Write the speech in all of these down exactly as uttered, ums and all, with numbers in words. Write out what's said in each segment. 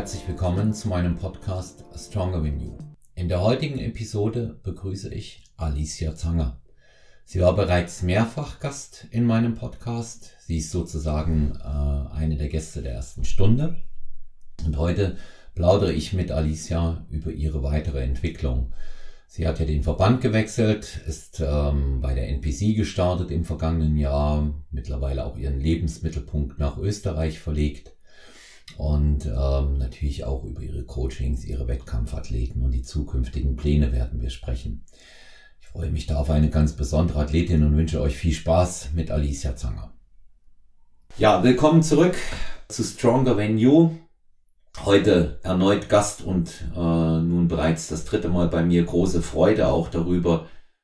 herzlich willkommen zu meinem Podcast Stronger Than You. In der heutigen Episode begrüße ich Alicia Zanger. Sie war bereits mehrfach Gast in meinem Podcast. Sie ist sozusagen äh, eine der Gäste der ersten Stunde. Und heute plaudere ich mit Alicia über ihre weitere Entwicklung. Sie hat ja den Verband gewechselt, ist ähm, bei der N P C gestartet im vergangenen Jahr, mittlerweile auch ihren Lebensmittelpunkt nach Österreich verlegt und ähm, natürlich auch über ihre Coachings, ihre Wettkampfathleten und die zukünftigen Pläne werden wir sprechen. Ich freue mich da auf eine ganz besondere Athletin und wünsche euch viel Spaß mit Alicia Zanger. Ja, willkommen zurück zu Stronger Than You. Heute erneut Gast und äh, nun bereits das dritte Mal bei mir. Große Freude auch darüber.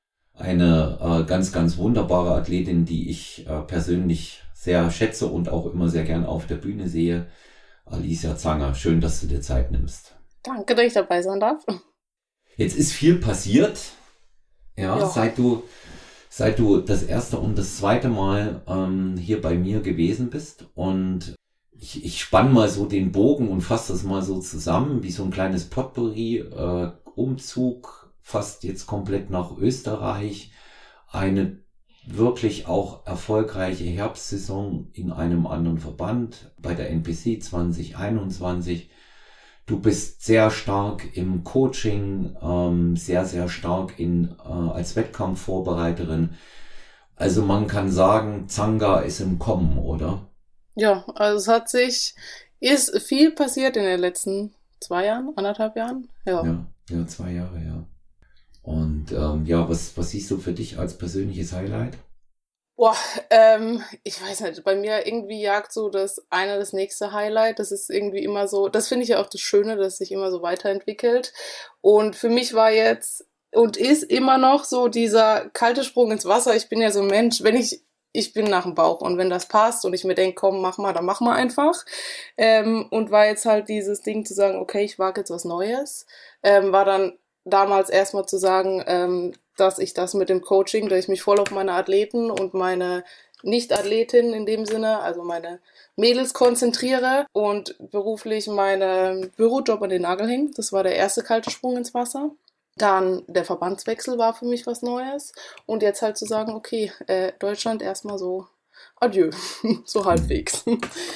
Eine äh, ganz, ganz wunderbare Athletin, die ich äh, persönlich sehr schätze und auch immer sehr gern auf der Bühne sehe. Alicia Zanger, schön, dass du dir Zeit nimmst. Danke, dass ich dabei sein darf. Jetzt ist viel passiert, ja, ja. seit du seit du das erste und das zweite Mal ähm, hier bei mir gewesen bist und Ich, ich spann mal so den Bogen und fasse das mal so zusammen, wie so ein kleines Potpourri, äh, Umzug, fast jetzt komplett nach Österreich, eine wirklich auch erfolgreiche Herbstsaison in einem anderen Verband, bei der N P C zwanzig einundzwanzig. Du bist sehr stark im Coaching, ähm, sehr, sehr stark in äh, als Wettkampfvorbereiterin. Also man kann sagen, Zanger ist im Kommen, oder? Ja, also es hat sich, ist viel passiert in den letzten zwei Jahren, anderthalb Jahren. Ja, ja, ja zwei Jahre, ja. Und ähm, ja, was, was siehst du für dich als persönliches Highlight? Boah, ähm, ich weiß nicht, bei mir irgendwie jagt so das eine das nächste Highlight. Das ist irgendwie immer so, das finde ich ja auch das Schöne, dass es sich immer so weiterentwickelt. Und für mich war jetzt und ist immer noch so dieser kalte Sprung ins Wasser. Ich bin ja so ein Mensch, wenn ich Ich bin nach dem Bauch und wenn das passt und ich mir denke, komm, mach mal, dann mach mal einfach. Ähm, und war jetzt halt dieses Ding zu sagen, okay, ich wage jetzt was Neues. Ähm, war dann damals erstmal zu sagen, ähm, dass ich das mit dem Coaching, dass ich mich voll auf meine Athleten und meine Nicht-Athletinnen in dem Sinne, also meine Mädels konzentriere und beruflich meinen Bürojob an den Nagel hänge. Das war der erste kalte Sprung ins Wasser. Dann der Verbandswechsel war für mich was Neues. Und jetzt halt zu sagen, okay, äh, Deutschland erstmal so adieu, so halbwegs.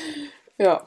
ja.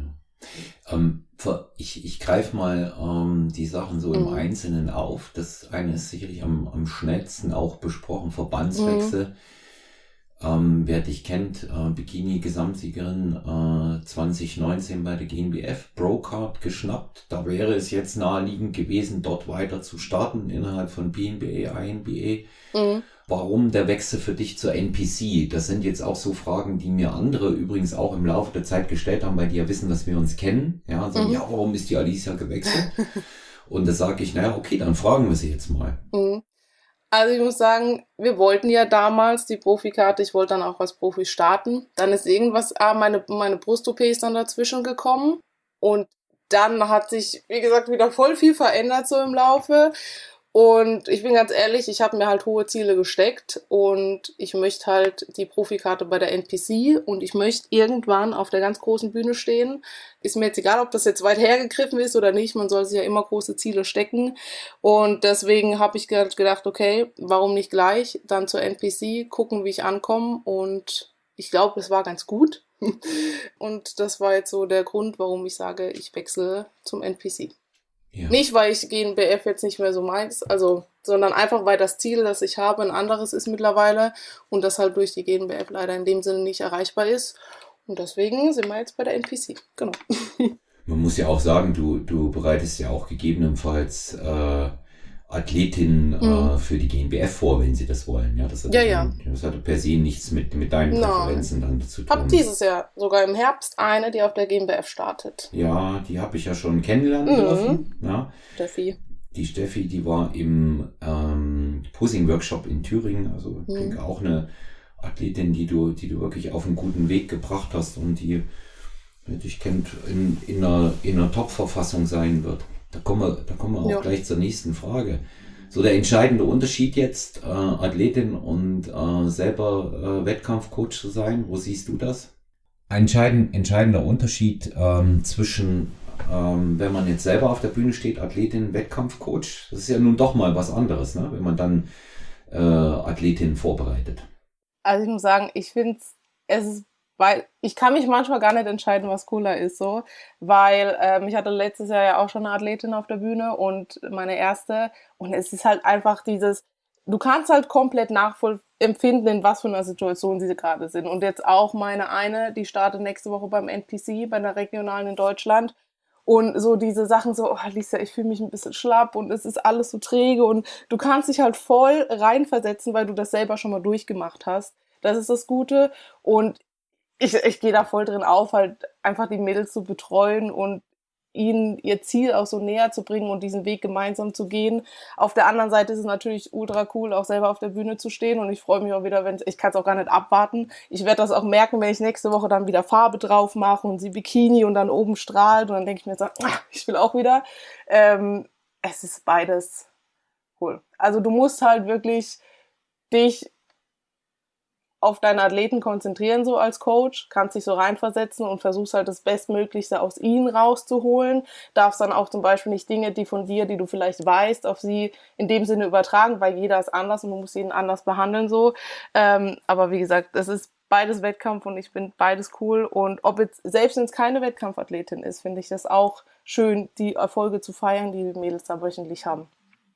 ja. Ähm, ich ich greife mal ähm, die Sachen so im mhm. Einzelnen auf. Das eine ist sicherlich am, am schnellsten auch besprochen, Verbandswechsel. Mhm. Ähm, wer dich kennt, äh, Bikini-Gesamtsiegerin äh, zwanzig neunzehn bei der G N B F, Brocard geschnappt. Da wäre es jetzt naheliegend gewesen, dort weiter zu starten innerhalb von B N B A, I N B A. Mhm. Warum der Wechsel für dich zur N P C? Das sind jetzt auch so Fragen, die mir andere übrigens auch im Laufe der Zeit gestellt haben, weil die ja wissen, dass wir uns kennen. Ja, sagen, mhm. ja, warum ist die Alicia gewechselt? Und da sage ich, naja, okay, dann fragen wir sie jetzt mal. Mhm. Also ich muss sagen, wir wollten ja damals die Profikarte, ich wollte dann auch als Profi starten. Dann ist irgendwas, ah, meine, meine Brust-O P ist dann dazwischen gekommen. Und dann hat sich, wie gesagt, wieder voll viel verändert so im Laufe. Und ich bin ganz ehrlich, ich habe mir halt hohe Ziele gesteckt und ich möchte halt die Profikarte bei der N P C und ich möchte irgendwann auf der ganz großen Bühne stehen. Ist mir jetzt egal, ob das jetzt weit hergegriffen ist oder nicht, man soll sich ja immer große Ziele stecken und deswegen habe ich gedacht, okay, warum nicht gleich, dann zur N P C, gucken, wie ich ankomme und ich glaube, es war ganz gut und das war jetzt so der Grund, warum ich sage, ich wechsle zum N P C. Ja. Nicht, weil ich G N B F jetzt nicht mehr so meins, also, sondern einfach, weil das Ziel, das ich habe, ein anderes ist mittlerweile und das halt durch die G N B F leider in dem Sinne nicht erreichbar ist. Und deswegen sind wir jetzt bei der N P C, genau. Man muss ja auch sagen, du, du bereitest ja auch gegebenenfalls äh, Athletinnen mhm. äh, für die G N B F vor, wenn sie das wollen. Ja, das hat ja, dann, ja. Das hatte per se nichts mit, mit deinen Präferenzen dann zu tun. Hab dieses Jahr sogar im Herbst eine, die auf der G N B F startet. Ja, die habe ich ja schon kennenlernen mhm. dürfen. Ja. Steffi. Die Steffi, die war im ähm, Posing-Workshop in Thüringen. Also ich mhm. denke auch eine Athletin, die du, die du wirklich auf einen guten Weg gebracht hast und die, wer dich kennt, in, in einer, in einer Top-Verfassung sein wird. Da kommen wir, da kommen wir auch ja. gleich zur nächsten Frage. So der entscheidende Unterschied jetzt, äh, Athletin und äh, selber äh, Wettkampfcoach zu sein, wo siehst du das? Ein entscheidend, entscheidender Unterschied ähm, zwischen ähm, wenn man jetzt selber auf der Bühne steht, Athletin, Wettkampfcoach, das ist ja nun doch mal was anderes, ne? Wenn man dann äh, Athletinnen vorbereitet. Also ich muss sagen, ich finde es ist, weil ich kann mich manchmal gar nicht entscheiden, was cooler ist, so, weil ähm, ich hatte letztes Jahr ja auch schon eine Athletin auf der Bühne und meine erste, und es ist halt einfach dieses, du kannst halt komplett nachempfinden, in was für einer Situation sie gerade sind. Und jetzt auch meine eine, die startet nächste Woche beim N P C, bei der regionalen in Deutschland. Und so diese Sachen so, oh, Lisa, ich fühle mich ein bisschen schlapp und es ist alles so träge. Und du kannst dich halt voll reinversetzen, weil du das selber schon mal durchgemacht hast. Das ist das Gute. Und ich, ich gehe da voll drin auf, halt einfach die Mädels zu betreuen und ihnen ihr Ziel auch so näher zu bringen und diesen Weg gemeinsam zu gehen. Auf der anderen Seite ist es natürlich ultra cool, auch selber auf der Bühne zu stehen, und ich freue mich auch wieder, wenn ich kann es auch gar nicht abwarten. Ich werde das auch merken, wenn ich nächste Woche dann wieder Farbe drauf mache und sie Bikini und dann oben strahlt, und dann denke ich mir so, ah, ich will auch wieder. Ähm, es ist beides cool. Also du musst halt wirklich dich auf deine Athleten konzentrieren, so als Coach, kannst dich so reinversetzen und versuchst halt das Bestmöglichste aus ihnen rauszuholen, darfst dann auch zum Beispiel nicht Dinge, die von dir, die du vielleicht weißt, auf sie in dem Sinne übertragen, weil jeder ist anders und du musst jeden anders behandeln, so. Ähm, aber wie gesagt, es ist beides Wettkampf und ich finde beides cool, und ob jetzt, selbst wenn es keine Wettkampfathletin ist, finde ich das auch schön, die Erfolge zu feiern, die die Mädels da wöchentlich haben.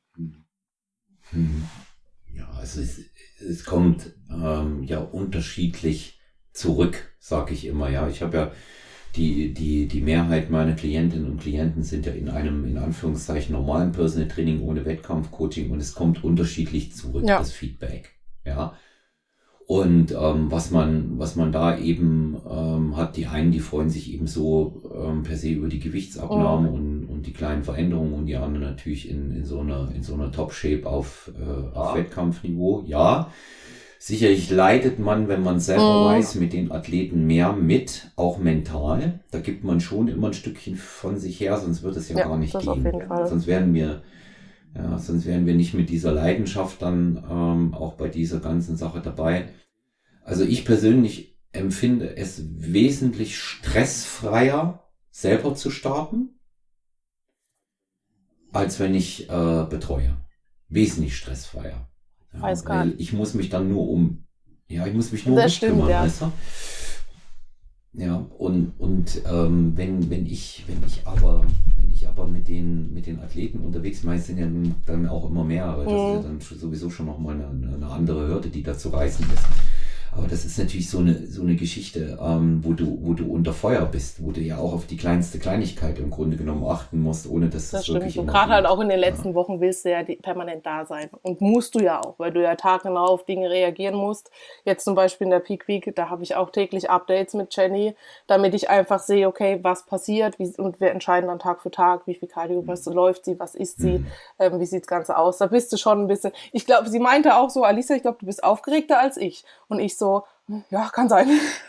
Hm. Ja, es ist, es kommt ähm, ja unterschiedlich zurück, sage ich immer. Ja, ich habe ja die die die Mehrheit meiner Klientinnen und Klienten sind ja in einem in Anführungszeichen normalen Personal Training ohne Wettkampfcoaching, und es kommt unterschiedlich zurück, ja, das Feedback. Ja. Und ähm, was man was man da eben ähm, hat, die einen, die freuen sich eben so ähm, per se über die Gewichtsabnahme oh. und, und die kleinen Veränderungen, und die anderen natürlich in, in so einer in so einer Top-Shape auf, äh, auf Wettkampfniveau. Ja, sicherlich leidet man, wenn man selber oh. weiß, mit den Athleten mehr mit, auch mental. Da gibt man schon immer ein Stückchen von sich her, sonst wird es ja, ja gar nicht gehen. Auf jeden Fall. Sonst wären wir ja, sonst wären wir nicht mit dieser Leidenschaft dann ähm, auch bei dieser ganzen Sache dabei. Also ich persönlich empfinde es wesentlich stressfreier, selber zu starten, als wenn ich äh, betreue. Wesentlich stressfreier. Ja, Weiß gar nicht. Ich muss mich dann nur um, ja, ich muss mich nur das um kümmern, ja. weißt du? Ja, und, und ähm, wenn, wenn ich, wenn ich aber, wenn ich aber mit den, mit den Athleten unterwegs bin, sind ja dann auch immer mehr, aber das mhm. ist ja dann sowieso schon nochmal eine, eine andere Hürde, die da zu reißen ist. Aber das ist natürlich so eine so eine Geschichte, ähm, wo du wo du unter Feuer bist, wo du ja auch auf die kleinste Kleinigkeit im Grunde genommen achten musst, ohne dass das es wirklich immer gerade halt auch in den letzten ja. Wochen willst du ja permanent da sein, und musst du ja auch, weil du ja taggenau auf Dinge reagieren musst. Jetzt zum Beispiel in der Peak Week, da habe ich auch täglich Updates mit Jenny, damit ich einfach sehe, okay, was passiert, wie, und wir entscheiden dann Tag für Tag, wie viel Cardio, was läuft sie, was isst sie, mhm. ähm, wie sieht das Ganze aus. Da bist du schon ein bisschen, ich glaube, sie meinte auch so, Alisa, ich glaube, du bist aufgeregter als ich. Und ich so, ja, kann sein.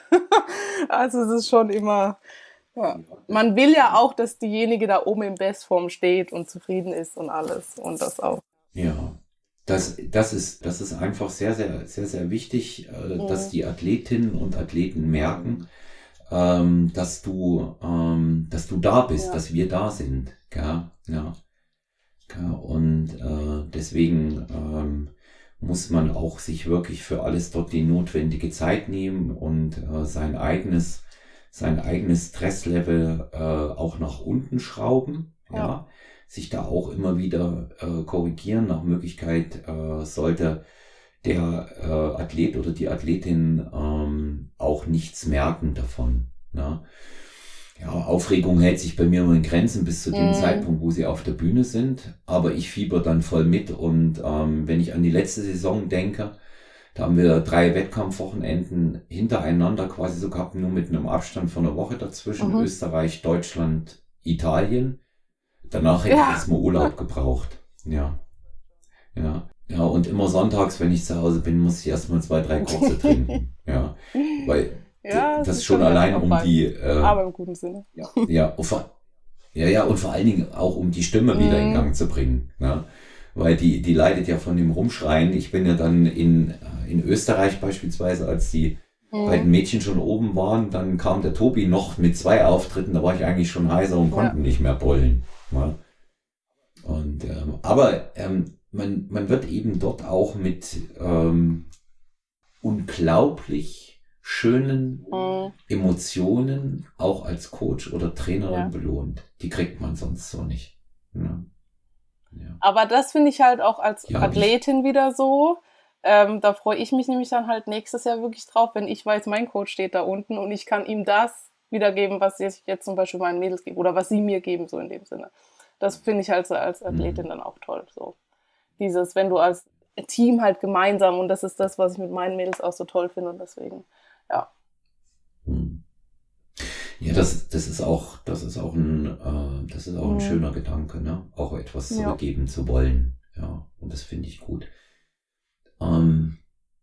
Also es ist schon immer, ja. Man will ja auch, dass diejenige da oben in Bestform steht und zufrieden ist und alles, und das auch. Ja, das, das ist, das ist einfach sehr, sehr, sehr, sehr wichtig, äh, mhm. dass die Athletinnen und Athleten merken, ähm, dass du, ähm, dass du da bist, ja. dass wir da sind, ja, ja. ja und äh, deswegen ähm, muss man auch sich wirklich für alles dort die notwendige Zeit nehmen und äh, sein eigenes sein eigenes Stresslevel äh, auch nach unten schrauben, ja. ja, sich da auch immer wieder äh, korrigieren. Nach Möglichkeit äh, sollte der äh, Athlet oder die Athletin ähm, auch nichts merken davon. Ne? Ja, Aufregung hält sich bei mir nur in Grenzen bis zu dem mm. Zeitpunkt, wo sie auf der Bühne sind. Aber ich fieber dann voll mit. Und ähm, wenn ich an die letzte Saison denke, da haben wir drei Wettkampfwochenenden hintereinander quasi so gehabt, nur mit einem Abstand von einer Woche dazwischen. Mhm. Österreich, Deutschland, Italien. Danach hätte ja. ich erstmal Urlaub gebraucht. Ja. Ja. Ja, und immer sonntags, wenn ich zu Hause bin, muss ich erstmal zwei, drei kurze trinken. Ja. Weil ja, das, das ist schon allein um die, äh, aber im guten Sinne. Ja, ja, und vor, ja, ja, und vor allen Dingen auch um die Stimme wieder mm. in Gang zu bringen, ne? Weil die, die leidet ja von dem Rumschreien. Ich bin ja dann in, in Österreich beispielsweise, als die, Mhm. bei den Mädchen schon oben waren, dann kam der Tobi noch mit zwei Auftritten, da war ich eigentlich schon heiser und konnte Ja. nicht mehr brüllen. Ja. Und, ähm, aber ähm, man, man wird eben dort auch mit ähm, unglaublich schönen Mhm. Emotionen auch als Coach oder Trainerin Ja. belohnt. Die kriegt man sonst so nicht. Ja. Ja. Aber das finde ich halt auch als Ja, Athletin wieder so. Ähm, da freue ich mich nämlich dann halt nächstes Jahr wirklich drauf, wenn ich weiß, mein Coach steht da unten und ich kann ihm das wiedergeben, was ich jetzt zum Beispiel meinen Mädels gebe oder was sie mir geben, so in dem Sinne. Das finde ich halt so als Athletin Mhm. dann auch toll. So dieses, wenn du als Team halt gemeinsam, und das ist das, was ich mit meinen Mädels auch so toll finde und deswegen, ja. Hm. Ja, das, das ist auch, das ist auch ein, äh, das ist auch ein Mhm. schöner Gedanke, ne? Auch etwas Ja. zurückgeben zu wollen. Ja, und das finde ich gut. Ähm,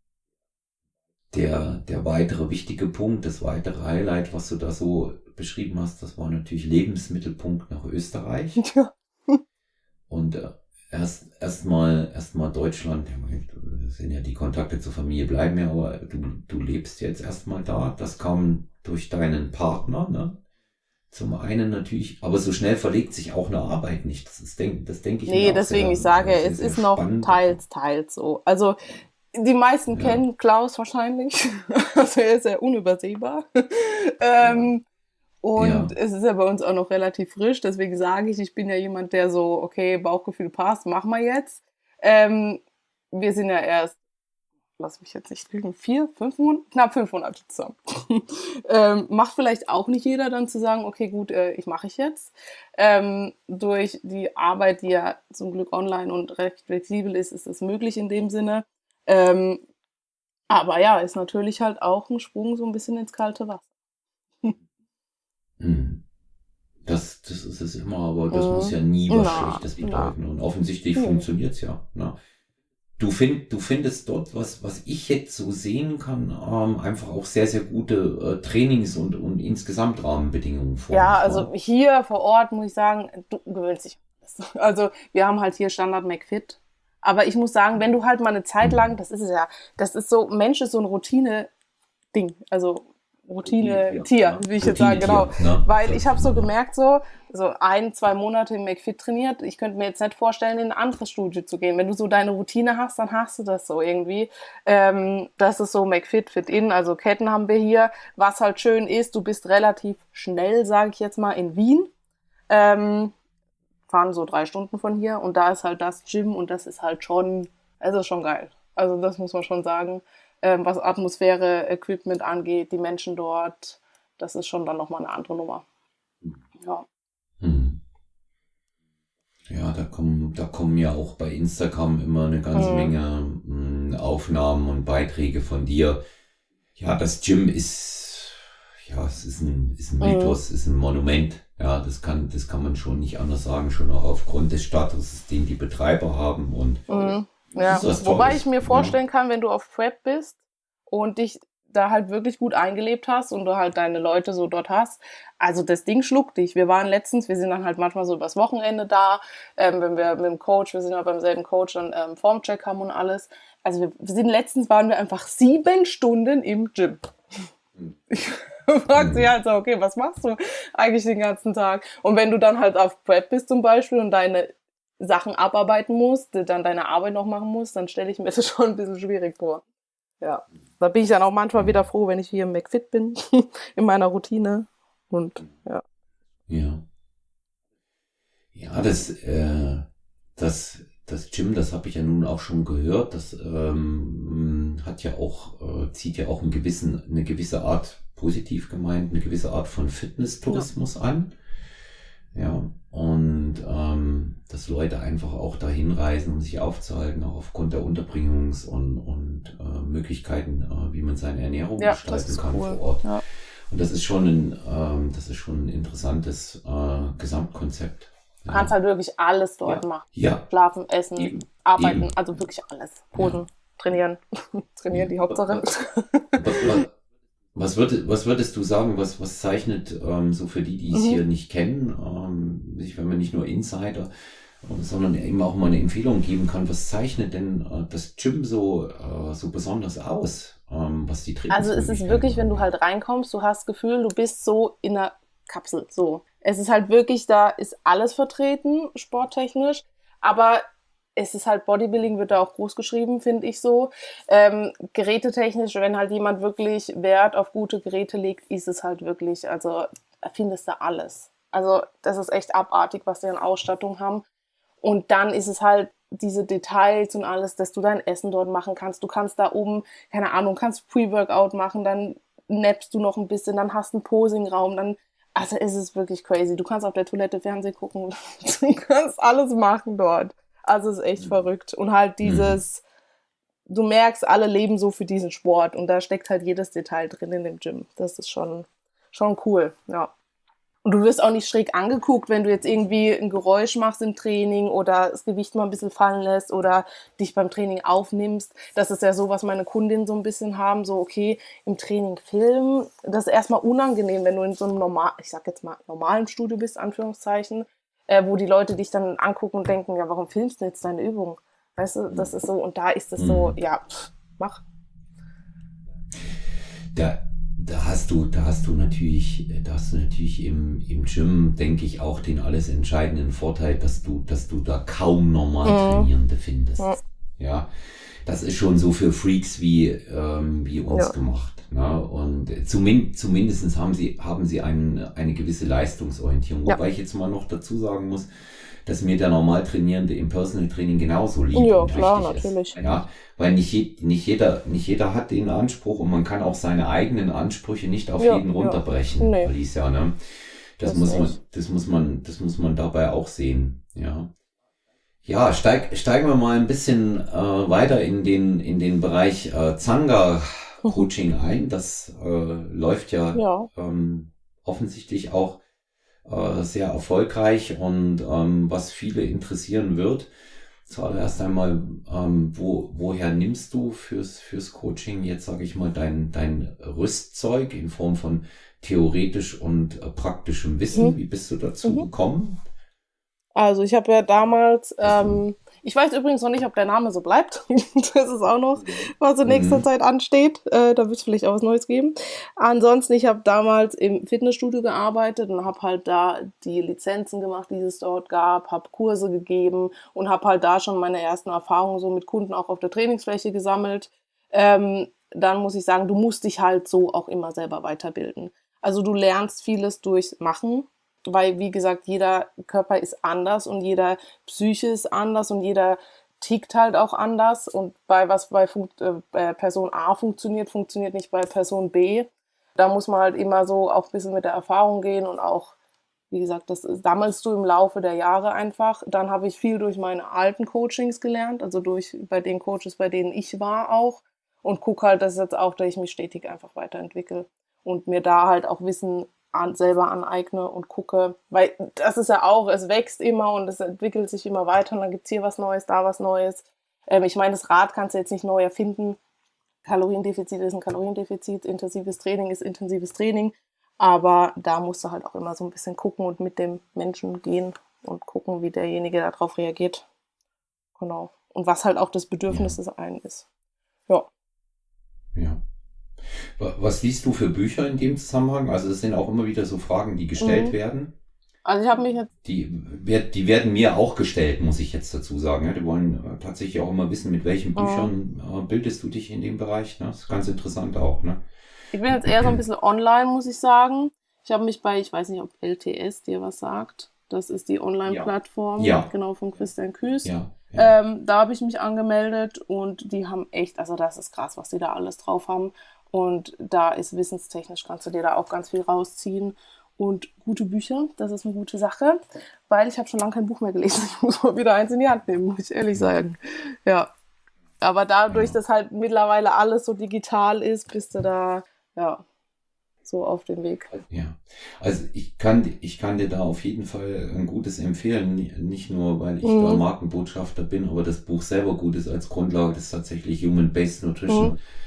der, der weitere wichtige Punkt, das weitere Highlight, was du da so beschrieben hast, das war natürlich Lebensmittelpunkt nach Österreich. Ja. Und äh, erst erstmal erstmal Deutschland, ja, das sind ja die Kontakte zur Familie bleiben ja, aber du, du lebst jetzt erstmal da. Das kam durch deinen Partner, ne? Zum einen natürlich, aber so schnell verlegt sich auch eine Arbeit nicht. Das ist, denk, das denke ich Nee, mir auch deswegen, sehr, ich sage, sehr, es sehr ist noch spannend. teils, teils so. Also die meisten Ja. kennen Klaus wahrscheinlich. Also er ist ja unübersehbar. ähm, und Ja. es ist ja bei uns auch noch relativ frisch. Deswegen sage ich, ich bin ja jemand, der so, okay, Bauchgefühl passt, machen wir jetzt. Ähm, wir sind ja erst, lass mich jetzt nicht lügen, vier, fünf Monate, knapp fünf Monate zusammen. ähm, macht vielleicht auch nicht jeder dann zu sagen, okay, gut, äh, ich mache ich jetzt. Ähm, durch die Arbeit, die ja zum Glück online und recht flexibel ist, ist es möglich in dem Sinne. Ähm, aber ja, ist natürlich halt auch ein Sprung so ein bisschen ins kalte Wasser. Hm. Das, das ist es immer, aber das Mhm. muss ja nie was Na, Schlechtes na. bedeuten. Und offensichtlich Nee. funktioniert's ja. Ne? Du, find, du findest dort, was, was ich jetzt so sehen kann, ähm, einfach auch sehr, sehr gute äh, Trainings- und, und insgesamt Rahmenbedingungen vor. Ja, nicht also wahr? hier vor Ort muss ich sagen, du gewöhnst dich an alles. Also wir haben halt hier Standard McFit. Aber ich muss sagen, wenn du halt mal eine Zeit lang, das ist es ja, das ist so, Mensch ist so ein Routine-Ding. Also Routine-Tier, ja. wie ich jetzt sagen, genau. Routine-Tier, ne? Weil So, ich habe so ja. gemerkt, so, so ein, zwei Monate im McFit trainiert. Ich könnte mir jetzt nicht vorstellen, in ein anderes Studio zu gehen. Wenn du so deine Routine hast, dann hast du das so irgendwie. Ähm, das ist so McFit, Fit-In, also Ketten haben wir hier. Was halt schön ist, du bist relativ schnell, sage ich jetzt mal, in Wien. Ähm, fahren so drei Stunden von hier und da ist halt das Gym und das ist halt schon, es ist schon geil. Also das muss man schon sagen. Ähm, was Atmosphäre, Equipment angeht, die Menschen dort, das ist schon dann nochmal eine andere Nummer. Ja. Hm. Ja, da kommen, da kommen ja auch bei Instagram immer eine ganze Mhm. Menge mh, Aufnahmen und Beiträge von dir. Ja, das Gym ist, ja, es ist ein, ist ein Mhm. Mythos, ist ein Monument. Ja, das kann, das kann man schon nicht anders sagen, schon auch aufgrund des Statuses, den die Betreiber haben und Mhm. das Ja. ist was Wobei Tolles. ich mir vorstellen kann, wenn du auf Prep bist und dich da halt wirklich gut eingelebt hast und du halt deine Leute so dort hast, also das Ding schluckt dich. Wir waren letztens, wir sind dann halt manchmal so übers Wochenende da, ähm, wenn wir mit dem Coach, wir sind ja beim selben Coach, dann ähm, Formcheck haben und alles. Also wir, wir sind letztens waren wir einfach sieben Stunden im Gym. Ich frag sie halt so, okay, was machst du eigentlich den ganzen Tag? Und wenn du dann halt auf Prep bist zum Beispiel und deine Sachen abarbeiten musst, dann deine Arbeit noch machen musst, dann stelle ich mir das schon ein bisschen schwierig vor. Ja, da bin ich dann auch manchmal wieder froh, wenn ich hier im McFit bin, in meiner Routine. Und ja. Ja. Ja, das, äh, das, das Gym, das habe ich ja nun auch schon gehört, das ähm, hat ja auch, äh, zieht ja auch einen gewissen, eine gewisse Art, positiv gemeint, eine gewisse Art von Fitness-Tourismus an. Ja, und ähm, dass Leute einfach auch dahin reisen, um sich aufzuhalten, auch aufgrund der Unterbringungs- und, und äh, Möglichkeiten, äh, wie man seine Ernährung Ja, das gestalten ist kann cool. vor Ort. Ja. Und das ist schon ein, ähm, das ist schon ein interessantes äh, Gesamtkonzept. Du kannst halt wirklich alles dort Ja. machen. Ja, Schlafen, essen, Eben. arbeiten, Eben. also wirklich alles. Posen, trainieren. Trainieren, die Hauptsache. was, was, was, würd, was würdest du sagen, was, was zeichnet ähm, so für die, die es Mhm. hier nicht kennen, ähm, ich wenn man nicht nur Insider, sondern eben auch mal eine Empfehlung geben kann, was zeichnet denn äh, das Gym so, äh, so besonders aus, ähm, was die Also es ist wirklich, wenn du halt reinkommst, du hast das Gefühl, du bist so in einer Kapsel, so. Es ist halt wirklich, da ist alles vertreten, sporttechnisch, aber es ist halt, Bodybuilding wird da auch groß geschrieben, finde ich so. Ähm, gerätetechnisch, wenn halt jemand wirklich Wert auf gute Geräte legt, ist es halt wirklich, also findest du alles. Also das ist echt abartig, was die an Ausstattung haben. Und dann ist es halt diese Details und alles, dass du dein Essen dort machen kannst. Du kannst da oben, keine Ahnung, kannst Pre-Workout machen, dann nappst du noch ein bisschen, dann hast du einen Posing-Raum, dann, also es ist wirklich crazy. Du kannst auf der Toilette Fernsehen gucken, du kannst alles machen dort. Also es ist echt mhm. verrückt. Und halt dieses, mhm. du merkst, alle leben so für diesen Sport und da steckt halt jedes Detail drin in dem Gym. Das ist schon, schon cool, ja. Und du wirst auch nicht schräg angeguckt, wenn du jetzt irgendwie ein Geräusch machst im Training oder das Gewicht mal ein bisschen fallen lässt oder dich beim Training aufnimmst. Das ist ja so, was meine Kundinnen so ein bisschen haben, so okay, im Training filmen, das ist erstmal unangenehm, wenn du in so einem normal, ich sag jetzt mal normalen Studio bist, Anführungszeichen, äh, wo die Leute dich dann angucken und denken, ja, warum filmst du jetzt deine Übung? Weißt du, das ist so, und da ist es so, ja, pff, mach. Da, da hast du, da hast du natürlich, da hast du natürlich im, im Gym, denke ich, auch den alles entscheidenden Vorteil, dass du, dass du da kaum normal mhm. Trainierende findest. Mhm. Ja, das ist schon so für Freaks wie, ähm, wie uns ja. gemacht. Ne? Und zumin- zumindest haben sie, haben sie ein, eine gewisse Leistungsorientierung. Ja. Wobei ich jetzt mal noch dazu sagen muss, dass mir der normal Trainierende im Personal Training genauso lieb ja, und klar, wichtig natürlich. ist. Ja, weil nicht, je, nicht, jeder, nicht jeder hat den Anspruch und man kann auch seine eigenen Ansprüche nicht auf ja, jeden runterbrechen, ja. Nee. Alicia. Ne? Das, das, muss man, das, muss man, das muss man dabei auch sehen. Ja, ja steig, steigen wir mal ein bisschen äh, weiter in den, in den Bereich äh, Zanga-Coaching ein. Das äh, läuft ja, ja. Ähm, offensichtlich auch sehr erfolgreich und ähm, was viele interessieren wird. Zuallererst einmal, ähm, wo, woher nimmst du fürs, fürs Coaching jetzt, sage ich mal, dein, dein Rüstzeug in Form von theoretisch und äh, praktischem Wissen? Mhm. Wie bist du dazu mhm. gekommen? Also ich habe ja damals, ähm, ich weiß übrigens noch nicht, ob der Name so bleibt. Das ist auch noch, was in nächster mhm. Zeit ansteht. Äh, da wird es vielleicht auch was Neues geben. Ansonsten, ich habe damals im Fitnessstudio gearbeitet und habe halt da die Lizenzen gemacht, die es dort gab, habe Kurse gegeben und habe halt da schon meine ersten Erfahrungen so mit Kunden auch auf der Trainingsfläche gesammelt. Ähm, dann muss ich sagen, du musst dich halt so auch immer selber weiterbilden. Also du lernst vieles durchs Machen. Weil, wie gesagt, jeder Körper ist anders und jeder Psyche ist anders und jeder tickt halt auch anders. Und bei was bei Fun- äh, Person A funktioniert, funktioniert nicht bei Person B. Da muss man halt immer so auch ein bisschen mit der Erfahrung gehen und auch, wie gesagt, das sammelst du im Laufe der Jahre einfach. Dann habe ich viel durch meine alten Coachings gelernt, also durch bei den Coaches, bei denen ich war auch. Und gucke halt, dass jetzt auch, dass ich mich stetig einfach weiterentwickle und mir da halt auch Wissen An, selber aneigne und gucke, weil das ist ja auch, es wächst immer und es entwickelt sich immer weiter und dann gibt's hier was Neues, da was Neues. Ähm, ich meine, das Rad kannst du jetzt nicht neu erfinden. Kaloriendefizit ist ein Kaloriendefizit, intensives Training ist intensives Training, aber da musst du halt auch immer so ein bisschen gucken und mit dem Menschen gehen und gucken, wie derjenige darauf reagiert. Genau. Und was halt auch das Bedürfnis ja. des einen ist. Ja. Ja. Was liest du für Bücher in dem Zusammenhang? Also es sind auch immer wieder so Fragen, die gestellt mhm. werden. Also ich habe mich jetzt... Die, die werden mir auch gestellt, muss ich jetzt dazu sagen. Die wollen tatsächlich auch immer wissen, mit welchen Büchern mhm. bildest du dich in dem Bereich. Das ist ganz interessant auch. Ne? Ich bin jetzt eher so ein bisschen online, muss ich sagen. Ich habe mich bei, ich weiß nicht, ob L T S dir was sagt. Das ist die Online-Plattform, ja. Ja. genau, von Christian Küß. Ja. Ja. Ähm, da habe ich mich angemeldet und die haben echt, also das ist krass, was die da alles drauf haben. Und da ist wissenstechnisch, kannst du dir da auch ganz viel rausziehen. Und gute Bücher, das ist eine gute Sache, weil ich habe schon lange kein Buch mehr gelesen. Ich muss mal wieder eins in die Hand nehmen, muss ich ehrlich sagen. Ja, aber dadurch, ja. dass halt mittlerweile alles so digital ist, bist du da, ja, so auf dem Weg. Ja, also ich kann, ich kann dir da auf jeden Fall ein gutes empfehlen, nicht nur, weil ich mhm. da Markenbotschafter bin, aber das Buch selber gut ist als Grundlage, das ist tatsächlich Human-Based Nutrition. Mhm.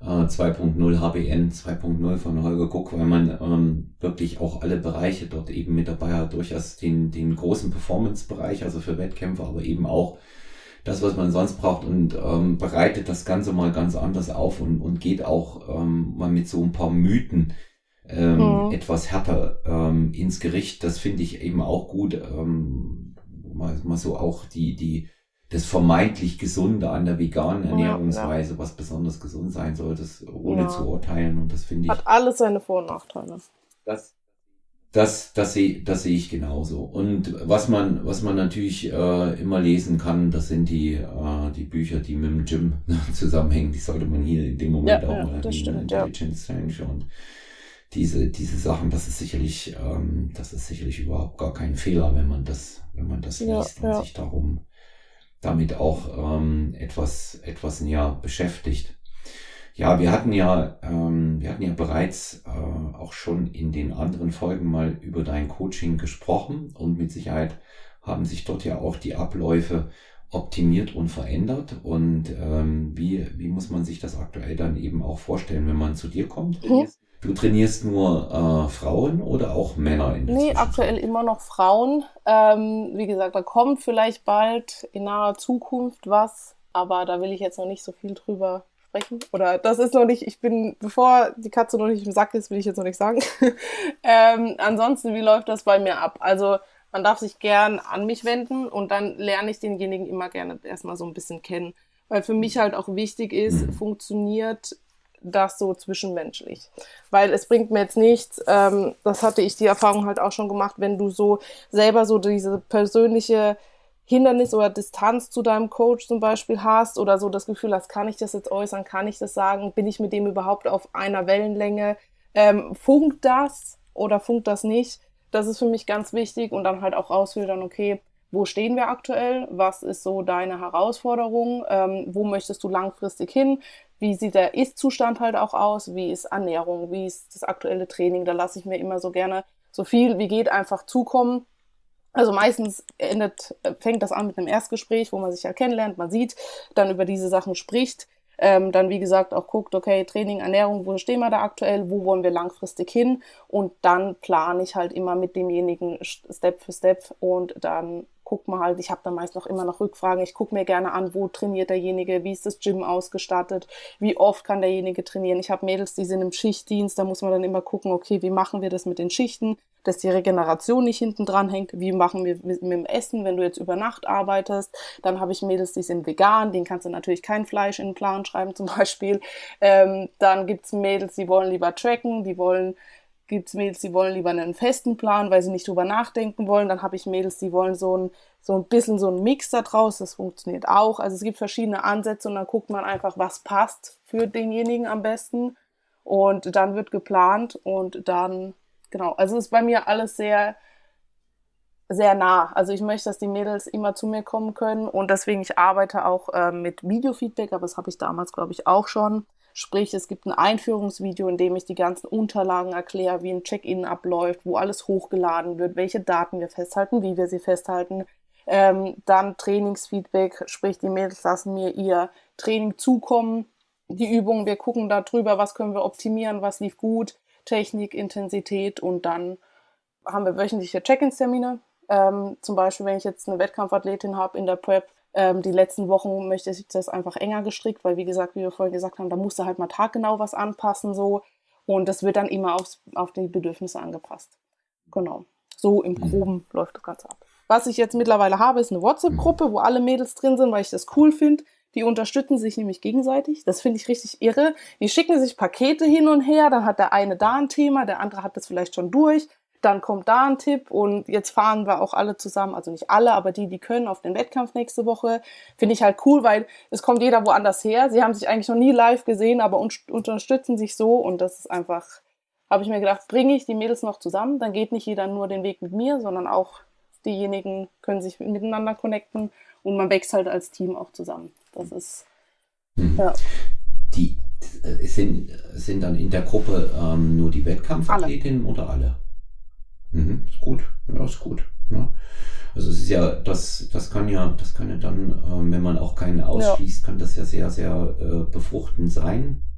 äh, zwei Punkt null H B N zwei Punkt null von Holger Guck, weil man ähm, wirklich auch alle Bereiche dort eben mit dabei hat, durchaus den, den großen Performance-Bereich, also für Wettkämpfe, aber eben auch das, was man sonst braucht und ähm, bereitet das Ganze mal ganz anders auf und, und geht auch ähm, mal mit so ein paar Mythen ähm, mhm. etwas härter ähm, ins Gericht. Das finde ich eben auch gut, ähm, mal, mal so auch die, die, das vermeintlich Gesunde an der veganen Ernährungsweise, ja, ja. was besonders gesund sein soll, das ohne ja. zu urteilen, und das finde ich... Hat alles seine Vor- und Nachteile. Das Das, das sehe, das sehe ich genauso. Und was man, was man natürlich äh, immer lesen kann, das sind die, äh, die Bücher, die mit dem Gym zusammenhängen. Die sollte man hier in dem Moment ja, auch ja, mal erwähnen. Intelligence ja. Change und diese, diese Sachen, das ist sicherlich, ähm, das ist sicherlich überhaupt gar kein Fehler, wenn man das, wenn man das ja, liest und ja. sich darum, damit auch ähm, etwas, etwas näher beschäftigt. Ja, wir hatten ja, ähm, wir hatten ja bereits äh, auch schon in den anderen Folgen mal über dein Coaching gesprochen, und mit Sicherheit haben sich dort ja auch die Abläufe optimiert und verändert. Und ähm, wie, wie muss man sich das aktuell dann eben auch vorstellen, wenn man zu dir kommt? Mhm. Du trainierst nur äh, Frauen oder auch Männer in der Nee, aktuell immer noch Frauen. Ähm, wie gesagt, da kommt vielleicht bald in naher Zukunft was, aber da will ich jetzt noch nicht so viel drüber sprechen. Oder das ist noch nicht, ich bin, bevor die Katze noch nicht im Sack ist, will ich jetzt noch nicht sagen. ähm, ansonsten, wie läuft das bei mir ab? Also man darf sich gern an mich wenden, und dann lerne ich denjenigen immer gerne erstmal so ein bisschen kennen. Weil für mich halt auch wichtig ist, mhm. funktioniert das so zwischenmenschlich. Weil es bringt mir jetzt nichts, ähm, das hatte ich die Erfahrung halt auch schon gemacht, wenn du so selber so diese persönliche Hindernis oder Distanz zu deinem Coach zum Beispiel hast oder so das Gefühl hast, kann ich das jetzt äußern, kann ich das sagen, bin ich mit dem überhaupt auf einer Wellenlänge, ähm, funkt das oder funkt das nicht, das ist für mich ganz wichtig, und dann halt auch rausfiltern, okay, wo stehen wir aktuell, was ist so deine Herausforderung, ähm, wo möchtest du langfristig hin, wie sieht der Ist-Zustand halt auch aus, wie ist Ernährung, wie ist das aktuelle Training, da lasse ich mir immer so gerne so viel wie geht einfach zukommen. Also meistens endet, fängt das an mit einem Erstgespräch, wo man sich ja kennenlernt, man sieht, dann über diese Sachen spricht, ähm, dann wie gesagt auch guckt, okay, Training, Ernährung, wo stehen wir da aktuell, wo wollen wir langfristig hin, und dann plane ich halt immer mit demjenigen Step für Step, und dann guckt man halt, ich habe dann meist noch immer noch Rückfragen, ich gucke mir gerne an, wo trainiert derjenige, wie ist das Gym ausgestattet, wie oft kann derjenige trainieren. Ich habe Mädels, die sind im Schichtdienst, da muss man dann immer gucken, okay, wie machen wir das mit den Schichten, dass die Regeneration nicht hinten dran hängt, wie machen wir mit dem Essen, wenn du jetzt über Nacht arbeitest. Dann habe ich Mädels, die sind vegan, denen kannst du natürlich kein Fleisch in den Plan schreiben zum Beispiel. Ähm, dann gibt's Mädels, die wollen lieber tracken, die wollen gibt's Mädels, die wollen lieber einen festen Plan, weil sie nicht drüber nachdenken wollen. Dann habe ich Mädels, die wollen so ein, so ein bisschen so ein Mix da draus. Das funktioniert auch. Also es gibt verschiedene Ansätze, und dann guckt man einfach, was passt für denjenigen am besten. Und dann wird geplant, und dann, genau. Also es ist bei mir alles sehr, sehr nah. Also ich möchte, dass die Mädels immer zu mir kommen können, und deswegen, ich arbeite auch äh, mit Videofeedback, aber das habe ich damals, glaube ich, auch schon. Sprich, es gibt ein Einführungsvideo, in dem ich die ganzen Unterlagen erkläre, wie ein Check-in abläuft, wo alles hochgeladen wird, welche Daten wir festhalten, wie wir sie festhalten. Ähm, dann Trainingsfeedback, sprich, die Mädels lassen mir ihr Training zukommen, die Übungen, wir gucken da drüber, was können wir optimieren, was lief gut, Technik, Intensität, und dann haben wir wöchentliche Check-ins-Termine. Ähm, zum Beispiel, wenn ich jetzt eine Wettkampfathletin habe in der Prep, Ähm, die letzten Wochen möchte ich das einfach enger gestrickt, weil wie gesagt, wie wir vorhin gesagt haben, da musst du halt mal taggenau was anpassen, so. Und das wird dann immer aufs, auf die Bedürfnisse angepasst. Genau. So im Groben mhm. läuft das Ganze ab. Was ich jetzt mittlerweile habe, ist eine WhatsApp-Gruppe, wo alle Mädels drin sind, weil ich das cool finde. Die unterstützen sich nämlich gegenseitig. Das finde ich richtig irre. Die schicken sich Pakete hin und her, dann hat der eine da ein Thema, der andere hat das vielleicht schon durch. Dann kommt da ein Tipp, und jetzt fahren wir auch alle zusammen, also nicht alle, aber die, die können, auf den Wettkampf nächste Woche. Finde ich halt cool, weil es kommt jeder woanders her. Sie haben sich eigentlich noch nie live gesehen, aber un- unterstützen sich so, und das ist einfach, habe ich mir gedacht, bringe ich die Mädels noch zusammen, dann geht nicht jeder nur den Weg mit mir, sondern auch diejenigen können sich miteinander connecten, und man wächst halt als Team auch zusammen. Das ist, mhm. ja. Die äh, sind, sind dann in der Gruppe ähm, nur die Wettkampfathletinnen oder alle? Mhm, ist gut, ja, ist gut. Ja. Also es ist ja, das, das kann ja, das kann ja dann, ähm, wenn man auch keinen ausschließt, ja. kann das ja sehr, sehr äh, befruchtend sein.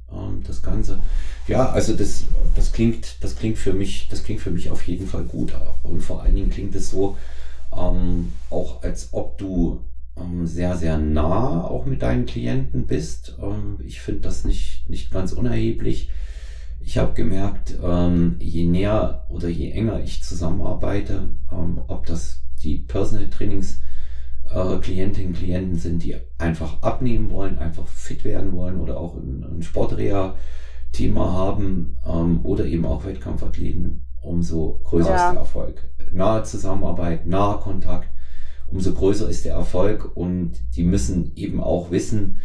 ähm, das Ganze. Ja, also das, das klingt, das klingt für mich, das klingt für mich auf jeden Fall gut. Und vor allen Dingen klingt es so, ähm, auch als ob du ähm, sehr, sehr nah auch mit deinen Klienten bist. Ähm, ich finde das nicht, nicht ganz unerheblich. Ich habe gemerkt, ähm, je näher oder je enger ich zusammenarbeite, ähm, ob das die Personal Trainings äh, Klientinnen und Klienten sind, die einfach abnehmen wollen, einfach fit werden wollen oder auch ein, ein Sportreha-Thema haben ähm, oder eben auch Wettkampfathleten, umso größer ja. ist der Erfolg. Nahe Zusammenarbeit, nahe Kontakt, umso größer ist der Erfolg und die müssen eben auch wissen,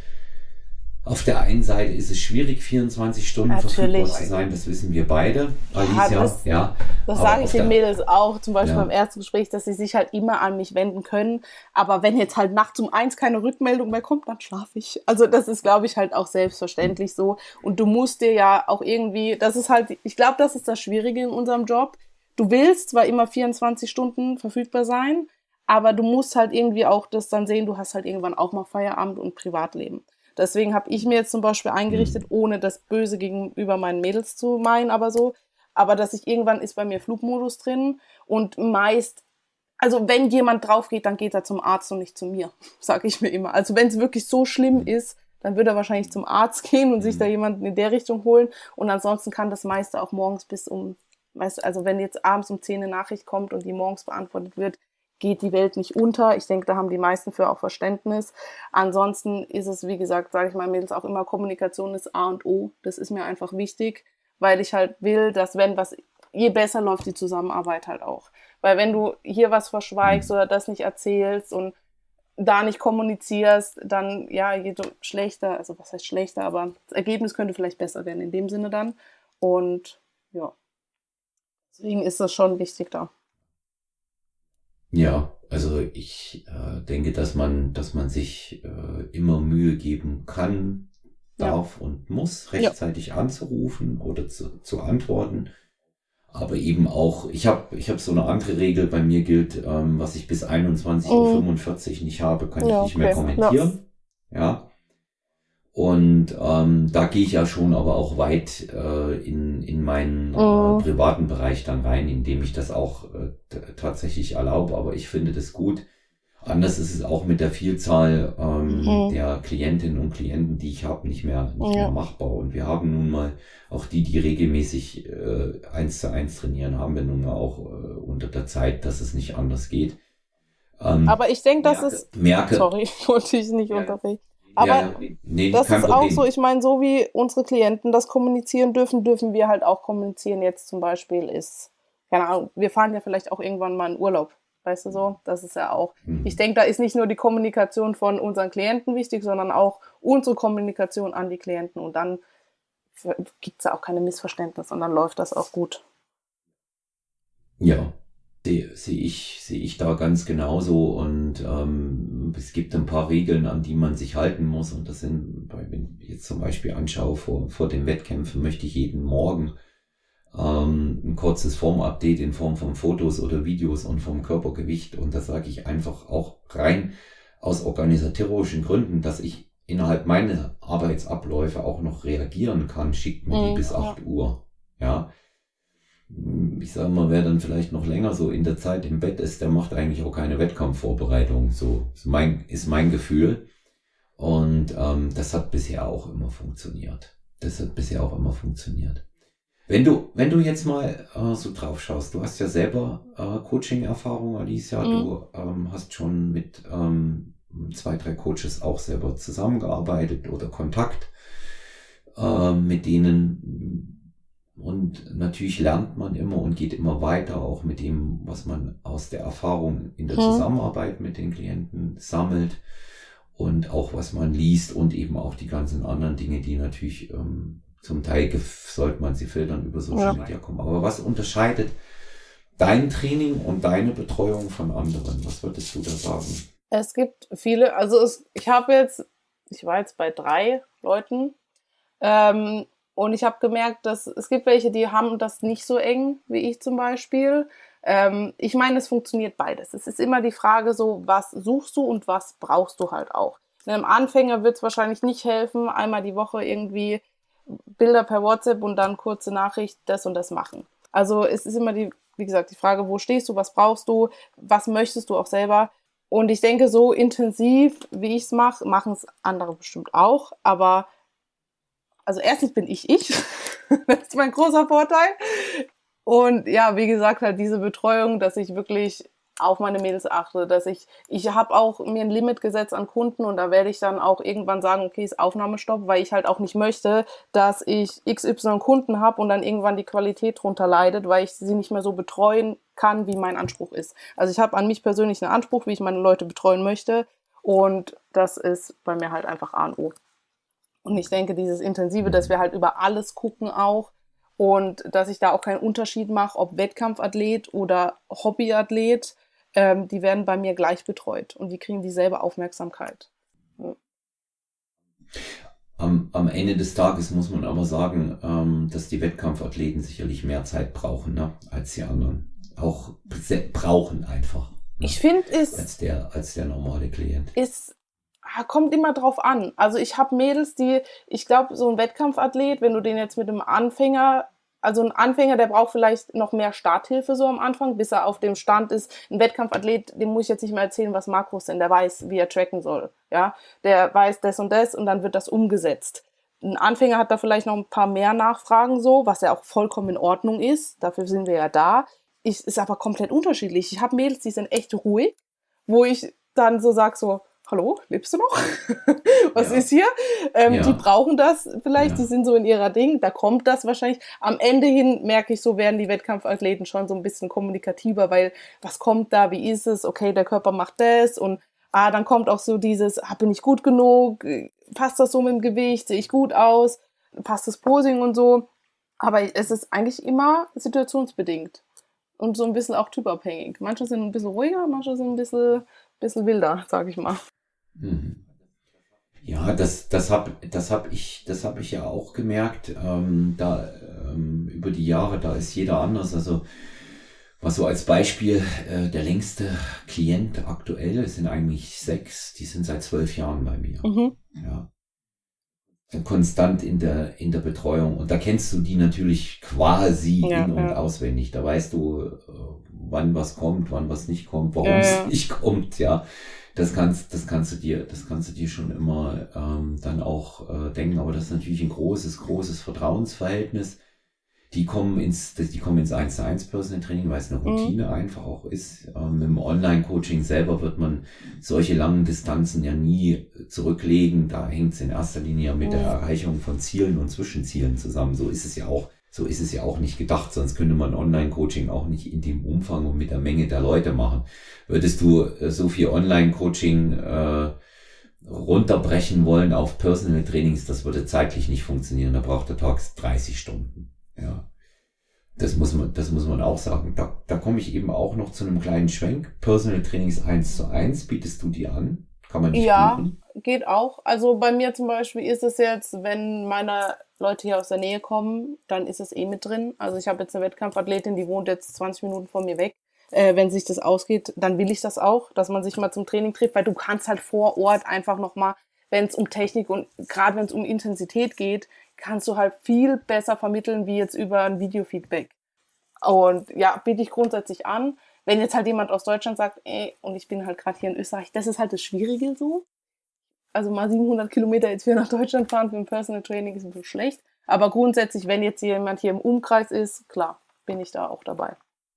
auf der einen Seite ist es schwierig, vierundzwanzig Stunden Natürlich. verfügbar zu sein, das wissen wir beide, Alicia. Ja, das, ja. das sage ich den Mädels auch, zum Beispiel ja. beim ersten Gespräch, dass sie sich halt immer an mich wenden können. Aber wenn jetzt halt nachts um eins keine Rückmeldung mehr kommt, dann schlafe ich. Also das ist, glaube ich, halt auch selbstverständlich so. Und du musst dir ja auch irgendwie, das ist halt, ich glaube, das ist das Schwierige in unserem Job. Du willst zwar immer vierundzwanzig Stunden verfügbar sein, aber du musst halt irgendwie auch das dann sehen, du hast halt irgendwann auch mal Feierabend und Privatleben. Deswegen habe ich mir jetzt zum Beispiel eingerichtet, ohne das Böse gegenüber meinen Mädels zu meinen, aber so, aber dass ich irgendwann ist bei mir Flugmodus drin und meist, also wenn jemand drauf geht, dann geht er zum Arzt und nicht zu mir, sage ich mir immer. Also wenn es wirklich so schlimm ist, dann würde er wahrscheinlich zum Arzt gehen und sich da jemanden in der Richtung holen und ansonsten kann das meiste auch morgens bis um, weißt du, also wenn jetzt abends um zehn eine Nachricht kommt und die morgens beantwortet wird, geht die Welt nicht unter. Ich denke, da haben die meisten für auch Verständnis. Ansonsten ist es, wie gesagt, sage ich meinen Mädels auch immer, Kommunikation ist A und O. Das ist mir einfach wichtig, weil ich halt will, dass wenn was, je besser läuft die Zusammenarbeit halt auch. Weil wenn du hier was verschweigst oder das nicht erzählst und da nicht kommunizierst, dann, ja, je schlechter, also was heißt schlechter, aber das Ergebnis könnte vielleicht besser werden in dem Sinne dann. Und ja, deswegen ist das schon wichtig da. Ja, also ich äh, denke, dass man, dass man sich äh, immer Mühe geben kann, darf ja. und muss, rechtzeitig ja. anzurufen oder zu, zu antworten. Aber eben auch, ich habe ich hab so eine andere Regel, bei mir gilt, ähm, was ich bis einundzwanzig Uhr fünfundvierzig nicht habe, kann ja, ich nicht okay. mehr kommentieren. Ja. ja. Und ähm, da gehe ich ja schon aber auch weit äh, in, in meinen äh, privaten Bereich dann rein, indem ich das auch äh, t- tatsächlich erlaube. Aber ich finde das gut. Anders ist es auch mit der Vielzahl ähm, mhm. der Klientinnen und Klienten, die ich habe, nicht mehr nicht ja. mehr machbar. Und wir haben nun mal auch die, die regelmäßig äh, eins zu eins trainieren, haben wir nun mal auch äh, unter der Zeit, dass es nicht anders geht. Ähm, Aber ich denke, das merke, ist... Merke, sorry, wollte ich nicht ja. unterbrechen. Aber ja, ja. Nee, das ist Problem. Auch so, ich meine, so wie unsere Klienten das kommunizieren dürfen, dürfen wir halt auch kommunizieren. Jetzt zum Beispiel ist, keine Ahnung, wir fahren ja vielleicht auch irgendwann mal in Urlaub, weißt du so? Das ist ja auch, mhm. ich denke, da ist nicht nur die Kommunikation von unseren Klienten wichtig, sondern auch unsere Kommunikation an die Klienten und dann gibt es ja auch keine Missverständnisse und dann läuft das auch gut. Ja. Sehe seh ich, sehe ich da ganz genauso und ähm, es gibt ein paar Regeln, an die man sich halten muss und das sind, wenn ich jetzt zum Beispiel anschaue, vor, vor den Wettkämpfen möchte ich jeden Morgen ähm, ein kurzes Formupdate in Form von Fotos oder Videos und vom Körpergewicht und das sage ich einfach auch rein aus organisatorischen Gründen, dass ich innerhalb meiner Arbeitsabläufe auch noch reagieren kann, schickt mir die mhm. bis acht Uhr, ja. Ich sage mal, wer dann vielleicht noch länger so in der Zeit im Bett ist, der macht eigentlich auch keine Wettkampfvorbereitung. So ist mein, ist mein Gefühl. Und ähm, das hat bisher auch immer funktioniert. Das hat bisher auch immer funktioniert. Wenn du, wenn du jetzt mal äh, so drauf schaust, du hast ja selber äh, Coaching-Erfahrung, Alicia. Mhm. Du ähm, hast schon mit ähm, zwei, drei Coaches auch selber zusammengearbeitet oder Kontakt äh, mit denen. Und natürlich lernt man immer und geht immer weiter, auch mit dem, was man aus der Erfahrung in der Zusammenarbeit mit den Klienten sammelt und auch was man liest und eben auch die ganzen anderen Dinge, die natürlich ähm, zum Teil gef- sollte man sie filtern über Social Media kommen. Aber was unterscheidet dein Training und deine Betreuung von anderen? Was würdest du da sagen? Es gibt viele, also es, ich habe jetzt, ich war jetzt bei drei Leuten, ähm, und ich habe gemerkt, dass es gibt welche, die haben das nicht so eng wie ich zum Beispiel. Ähm, ich meine, es funktioniert beides. Es ist immer die Frage so, was suchst du und was brauchst du halt auch. Einem Anfänger wird es wahrscheinlich nicht helfen, einmal die Woche irgendwie Bilder per WhatsApp und dann kurze Nachricht, das und das machen. Also es ist immer die, wie gesagt, die Frage, wo stehst du, was brauchst du, was möchtest du auch selber? Und ich denke, so intensiv, wie ich es mache, machen es andere bestimmt auch. Aber also erstens bin ich ich. Das ist mein großer Vorteil. Und ja, wie gesagt, halt diese Betreuung, dass ich wirklich auf meine Mädels achte, dass ich, ich habe auch mir ein Limit gesetzt an Kunden und da werde ich dann auch irgendwann sagen, okay, ist Aufnahmestopp, weil ich halt auch nicht möchte, dass ich X Y Kunden habe und dann irgendwann die Qualität drunter leidet, weil ich sie nicht mehr so betreuen kann, wie mein Anspruch ist. Also ich habe an mich persönlich einen Anspruch, wie ich meine Leute betreuen möchte und das ist bei mir halt einfach A und O. Und ich denke, dieses Intensive, dass wir halt über alles gucken auch und dass ich da auch keinen Unterschied mache, ob Wettkampfathlet oder Hobbyathlet, ähm, die werden bei mir gleich betreut und die kriegen dieselbe Aufmerksamkeit. Ja. Am, am Ende des Tages muss man aber sagen, ähm, dass die Wettkampfathleten sicherlich mehr Zeit brauchen, ne, als die anderen. Auch brauchen einfach. Ne, ich finde es als der, als der normale Klient. Ist kommt immer drauf an. Also ich habe Mädels, die, ich glaube, so ein Wettkampfathlet, wenn du den jetzt mit einem Anfänger, also ein Anfänger, der braucht vielleicht noch mehr Starthilfe so am Anfang, bis er auf dem Stand ist. Ein Wettkampfathlet, dem muss ich jetzt nicht mehr erzählen, was Makros sind. Der weiß, wie er tracken soll. Ja, der weiß das und das und dann wird das umgesetzt. Ein Anfänger hat da vielleicht noch ein paar mehr Nachfragen so, was ja auch vollkommen in Ordnung ist. Dafür sind wir ja da. Ich, ist aber komplett unterschiedlich. Ich habe Mädels, die sind echt ruhig, wo ich dann so sage so, hallo, lebst du noch? Was ja. ist hier? Ähm, ja. Die brauchen das vielleicht, ja. Die sind so in ihrer Ding, da kommt das wahrscheinlich. Am Ende hin merke ich, so werden die Wettkampfathleten schon so ein bisschen kommunikativer, weil was kommt da, wie ist es? Okay, der Körper macht das und ah, dann kommt auch so dieses, ah, bin ich gut genug? Passt das so mit dem Gewicht? Sehe ich gut aus? Passt das Posing und so? Aber es ist eigentlich immer situationsbedingt und so ein bisschen auch typabhängig. Manche sind ein bisschen ruhiger, manche sind ein bisschen, bisschen wilder, sag ich mal. Ja, das, das habe das hab ich, das hab ich ja auch gemerkt, ähm, da ähm, über die Jahre, da ist jeder anders. Also was so als Beispiel, äh, der längste Klient aktuell sind eigentlich sechs, die sind seit zwölf Jahren bei mir. Mhm. Ja. Konstant in der, in der Betreuung. Und da kennst du die natürlich quasi ja, in- und ja. auswendig. Da weißt du, äh, wann was kommt, wann was nicht kommt, warum es ja, ja. nicht kommt, ja. Das kannst, das kannst du dir, das kannst du dir schon immer ähm, dann auch äh, denken. Aber das ist natürlich ein großes, großes Vertrauensverhältnis. Die kommen ins, die kommen ins eins zu eins Personal Training, weil es eine Routine mhm. einfach auch ist. Ähm, Im Online-Coaching selber wird man solche langen Distanzen ja nie zurücklegen. Da hängt es in erster Linie mit mhm. der Erreichung von Zielen und Zwischenzielen zusammen. So ist es ja auch, so ist es ja auch nicht gedacht. Sonst könnte man Online-Coaching auch nicht in dem Umfang und mit der Menge der Leute machen. Würdest du äh, so viel Online-Coaching äh, runterbrechen wollen auf Personal Trainings, das würde zeitlich nicht funktionieren. Da braucht der Tag dreißig Stunden. Ja, das muss man, das muss man auch sagen. Da, da komme ich eben auch noch zu einem kleinen Schwenk. Personal Trainings eins zu eins, bietest du die an? Kann man nicht Ja, buchen? Geht auch. Also bei mir zum Beispiel ist es jetzt, wenn meine Leute hier aus der Nähe kommen, dann ist es eh mit drin. Also ich habe jetzt eine Wettkampfathletin, die wohnt jetzt zwanzig Minuten von mir weg. Äh, wenn sich das ausgeht, dann will ich das auch, dass man sich mal zum Training trifft, weil du kannst halt vor Ort einfach nochmal, wenn es um Technik und gerade wenn es um Intensität geht, kannst du halt viel besser vermitteln, wie jetzt über ein Videofeedback. Und ja, biete ich grundsätzlich an. Wenn jetzt halt jemand aus Deutschland sagt, ey, und ich bin halt gerade hier in Österreich, das ist halt das Schwierige so. Also mal siebenhundert Kilometer jetzt wieder nach Deutschland fahren für ein Personal Training ist ein bisschen schlecht. Aber grundsätzlich, wenn jetzt jemand hier im Umkreis ist, klar, bin ich da auch dabei.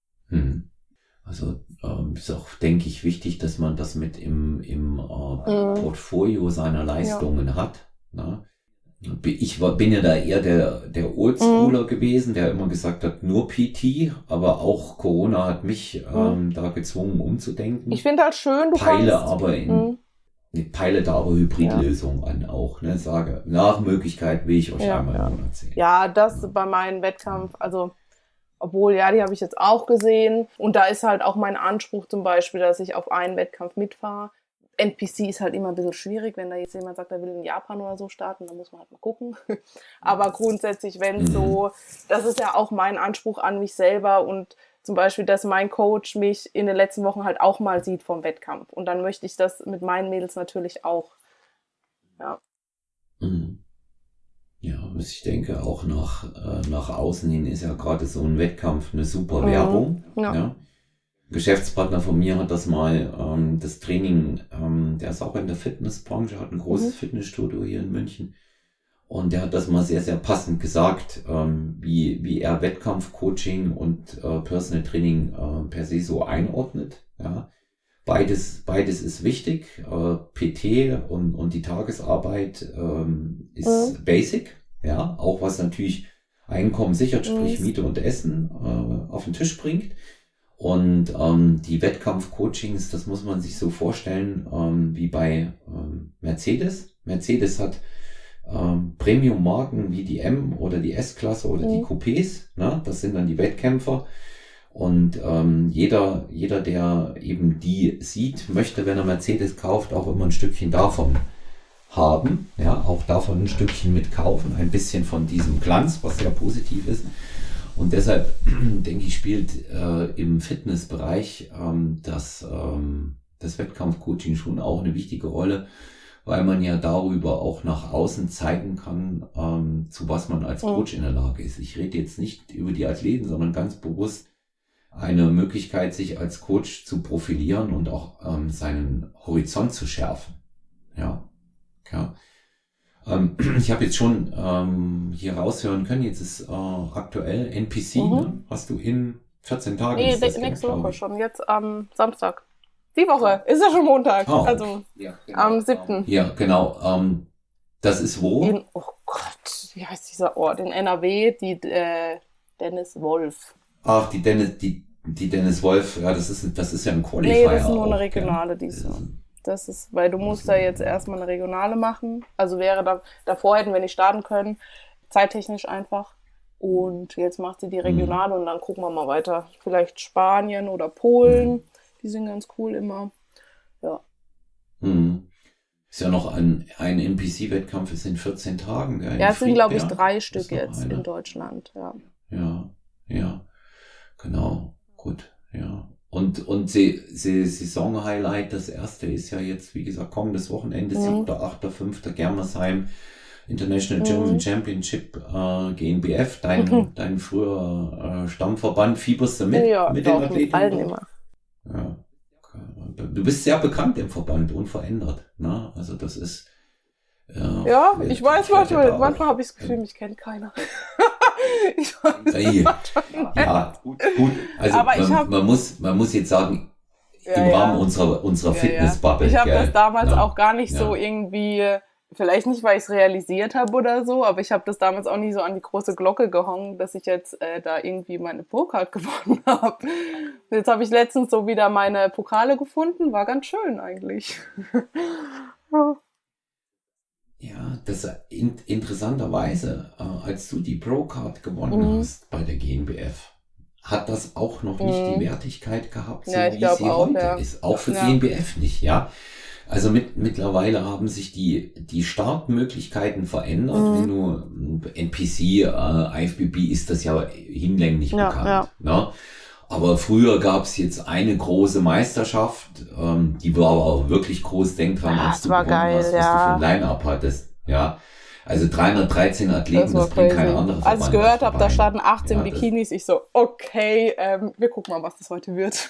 Hm. Also ähm, ist auch, denke ich, wichtig, dass man das mit im, im äh, mhm. Portfolio seiner Leistungen ja. hat. Ne? Ich war, bin ja da eher der, der Oldschooler mhm. gewesen, der immer gesagt hat, nur P T, aber auch Corona hat mich ähm, mhm. da gezwungen, umzudenken. Ich finde halt schön, du Peile kannst... aber in, mhm. ne, peile da aber Hybridlösungen ja. an auch, ne, sage, nach Möglichkeit will ich euch ja, einmal ja. im Monat sehen. Ja, das ja. bei meinem Wettkampf, also, obwohl, ja, die habe ich jetzt auch gesehen und da ist halt auch mein Anspruch zum Beispiel, dass ich auf einen Wettkampf mitfahre. N P C ist halt immer ein bisschen schwierig, wenn da jetzt jemand sagt, er will in Japan oder so starten, dann muss man halt mal gucken. Aber grundsätzlich, wenn es mhm. so, das ist ja auch mein Anspruch an mich selber und zum Beispiel, dass mein Coach mich in den letzten Wochen halt auch mal sieht vom Wettkampf. Und dann möchte ich das mit meinen Mädels natürlich auch. Ja. Mhm. Ja, ich denke, auch nach, äh, nach außen hin ist ja gerade so ein Wettkampf eine super mhm. Werbung. Ja. Ja. Geschäftspartner von mir hat das mal, ähm, das Training, ähm, der ist auch in der Fitnessbranche, hat ein großes mhm. Fitnessstudio hier in München. Und der hat das mal sehr, sehr passend gesagt, ähm, wie, wie er Wettkampfcoaching und äh, Personal Training äh, per se so einordnet. Ja. Beides, beides ist wichtig. Äh, P T und, und die Tagesarbeit ähm, ist mhm. basic. Ja, auch was natürlich Einkommen sichert, sprich mhm. Miete und Essen äh, auf den Tisch bringt. Und ähm, die Wettkampf-Coachings, das muss man sich so vorstellen, ähm, wie bei ähm, Mercedes. Mercedes hat ähm, Premium-Marken wie die M oder die S-Klasse oder mhm. die Coupés. Ne? Das sind dann die Wettkämpfer. Und ähm, jeder, jeder, der eben die sieht, möchte, wenn er Mercedes kauft, auch immer ein Stückchen davon haben. Ja, auch davon ein Stückchen mitkaufen. Ein bisschen von diesem Glanz, was sehr positiv ist. Und deshalb, denke ich, spielt äh, im Fitnessbereich ähm, das, ähm, das Wettkampfcoaching schon auch eine wichtige Rolle, weil man ja darüber auch nach außen zeigen kann, ähm, zu was man als Coach in der Lage ist. Ich rede jetzt nicht über die Athleten, sondern ganz bewusst eine Möglichkeit, sich als Coach zu profilieren und auch ähm, seinen Horizont zu schärfen. Ja, ja. Ich habe jetzt schon ähm, hier raushören können, jetzt ist äh, aktuell N P C, mhm. ne? Hast du in vierzehn Tagen? Nee, das nächste Woche schon, jetzt am Samstag. Die Woche, ist ja schon Montag, oh. also ja, genau. am siebten Ja, genau. Ähm, das ist wo? In, oh Gott, wie heißt dieser Ort? In N R W, die äh, Dennis Wolf. Ach, die Dennis, die, die Dennis Wolf, ja, das ist, das ist ja ein Qualifier. Nee, das ist nur eine regionale diesmal. Das ist, weil du musst da jetzt erstmal eine regionale machen. Also wäre da, davor hätten wir nicht starten können, zeittechnisch einfach. Und jetzt macht sie die regionale mhm. und dann gucken wir mal weiter. Vielleicht Spanien oder Polen, mhm. die sind ganz cool immer. Ja. Mhm. Ist ja noch ein, ein N P C-Wettkampf, ist in vierzehn Tagen. Gell? Ja, es sind, glaube ich, drei Stück jetzt eine. in Deutschland. Ja, ja, ja. Genau, gut, ja. Und, und sie, sie, Saison-Highlight, das erste ist ja jetzt, wie gesagt, kommendes Wochenende, mhm. siebter, achter, fünfter Germersheim International German mhm. Championship äh, G N B F, dein, mhm. dein früher äh, Stammverband. Fieberst du mit, ja, mit den Athleten? Mit allen immer. Ja. Du bist sehr bekannt im Verband, unverändert. Ne? Also das ist... Ja, ja ich weiß manchmal, manchmal habe ich das Gefühl, mich kennt keiner. ich weiß, ja, gut, gut. Also aber man, ich hab, man, muss, man muss jetzt sagen, ja, im ja. Rahmen unserer, unserer ja, Fitnessbubble. Ich habe das damals ja. auch gar nicht ja. so irgendwie, vielleicht nicht, weil ich es realisiert habe oder so, aber ich habe das damals auch nicht so an die große Glocke gehangen, dass ich jetzt äh, da irgendwie meine Pro-Card gewonnen habe. Jetzt habe ich letztens so wieder meine Pokale gefunden, war ganz schön eigentlich. ja. Ja, das in, interessanterweise, äh, als du die Pro-Card gewonnen mhm. hast bei der G N B F, hat das auch noch nicht mhm. die Wertigkeit gehabt, so ja, wie sie auch, heute ja. ist. Auch für ja. G N B F nicht, ja. Also mit, mittlerweile haben sich die, die Startmöglichkeiten verändert. Mhm. Wenn du N P C, äh, I F B B ist das ja hinlänglich ja, bekannt. Ja. Ne? Aber früher gab es jetzt eine große Meisterschaft, ähm, die war aber auch wirklich groß. Denk dran, ja, als du war gewonnen geil, hast, was ja. du für ein Line-Up hattest. Ja, also dreihundertdreizehn Athleten, das, das bringt keine andere Verband. Als ich gehört habe, da starten achtzehn ja, Bikinis, ich so, okay, ähm, wir gucken mal, was das heute wird.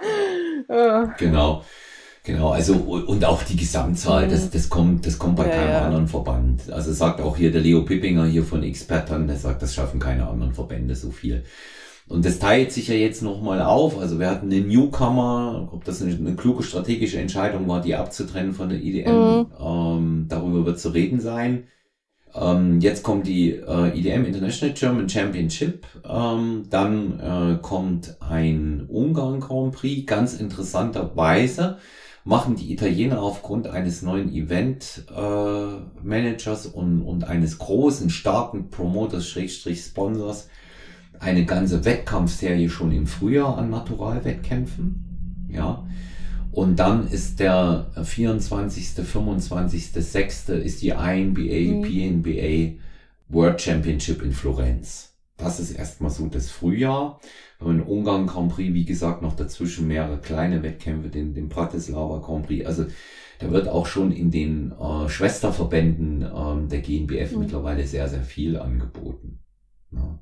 Genau. Genau, also und auch die Gesamtzahl, mhm. das, das kommt, das kommt bei ja, keinem ja. anderen Verband. Also sagt auch hier der Leo Pippinger hier von Experten, der sagt, das schaffen keine anderen Verbände so viel. Und das teilt sich ja jetzt nochmal auf. Also wir hatten eine Newcomer, ob das eine, eine kluge strategische Entscheidung war, die abzutrennen von der I D M, mhm. ähm, darüber wird zu reden sein. Ähm, jetzt kommt die äh, I D M International German Championship, ähm, dann äh, kommt ein Ungarn Grand Prix, ganz interessanterweise machen die Italiener aufgrund eines neuen Event äh, Managers und, und eines großen, starken Promoters, Schrägstrich Sponsors, eine ganze Wettkampfserie schon im Frühjahr an Naturalwettkämpfen, ja. Und dann ist der vierundzwanzigste, fünfundzwanzigste, sechste ist die I N B A, mhm. P N B A World Championship in Florenz. Das ist erstmal so das Frühjahr. In Ungarn Grand Prix, wie gesagt, noch dazwischen mehrere kleine Wettkämpfe, den, den Bratislava Grand Prix. Also da wird auch schon in den äh, Schwesterverbänden ähm, der G N B F mhm. mittlerweile sehr, sehr viel angeboten. Ja.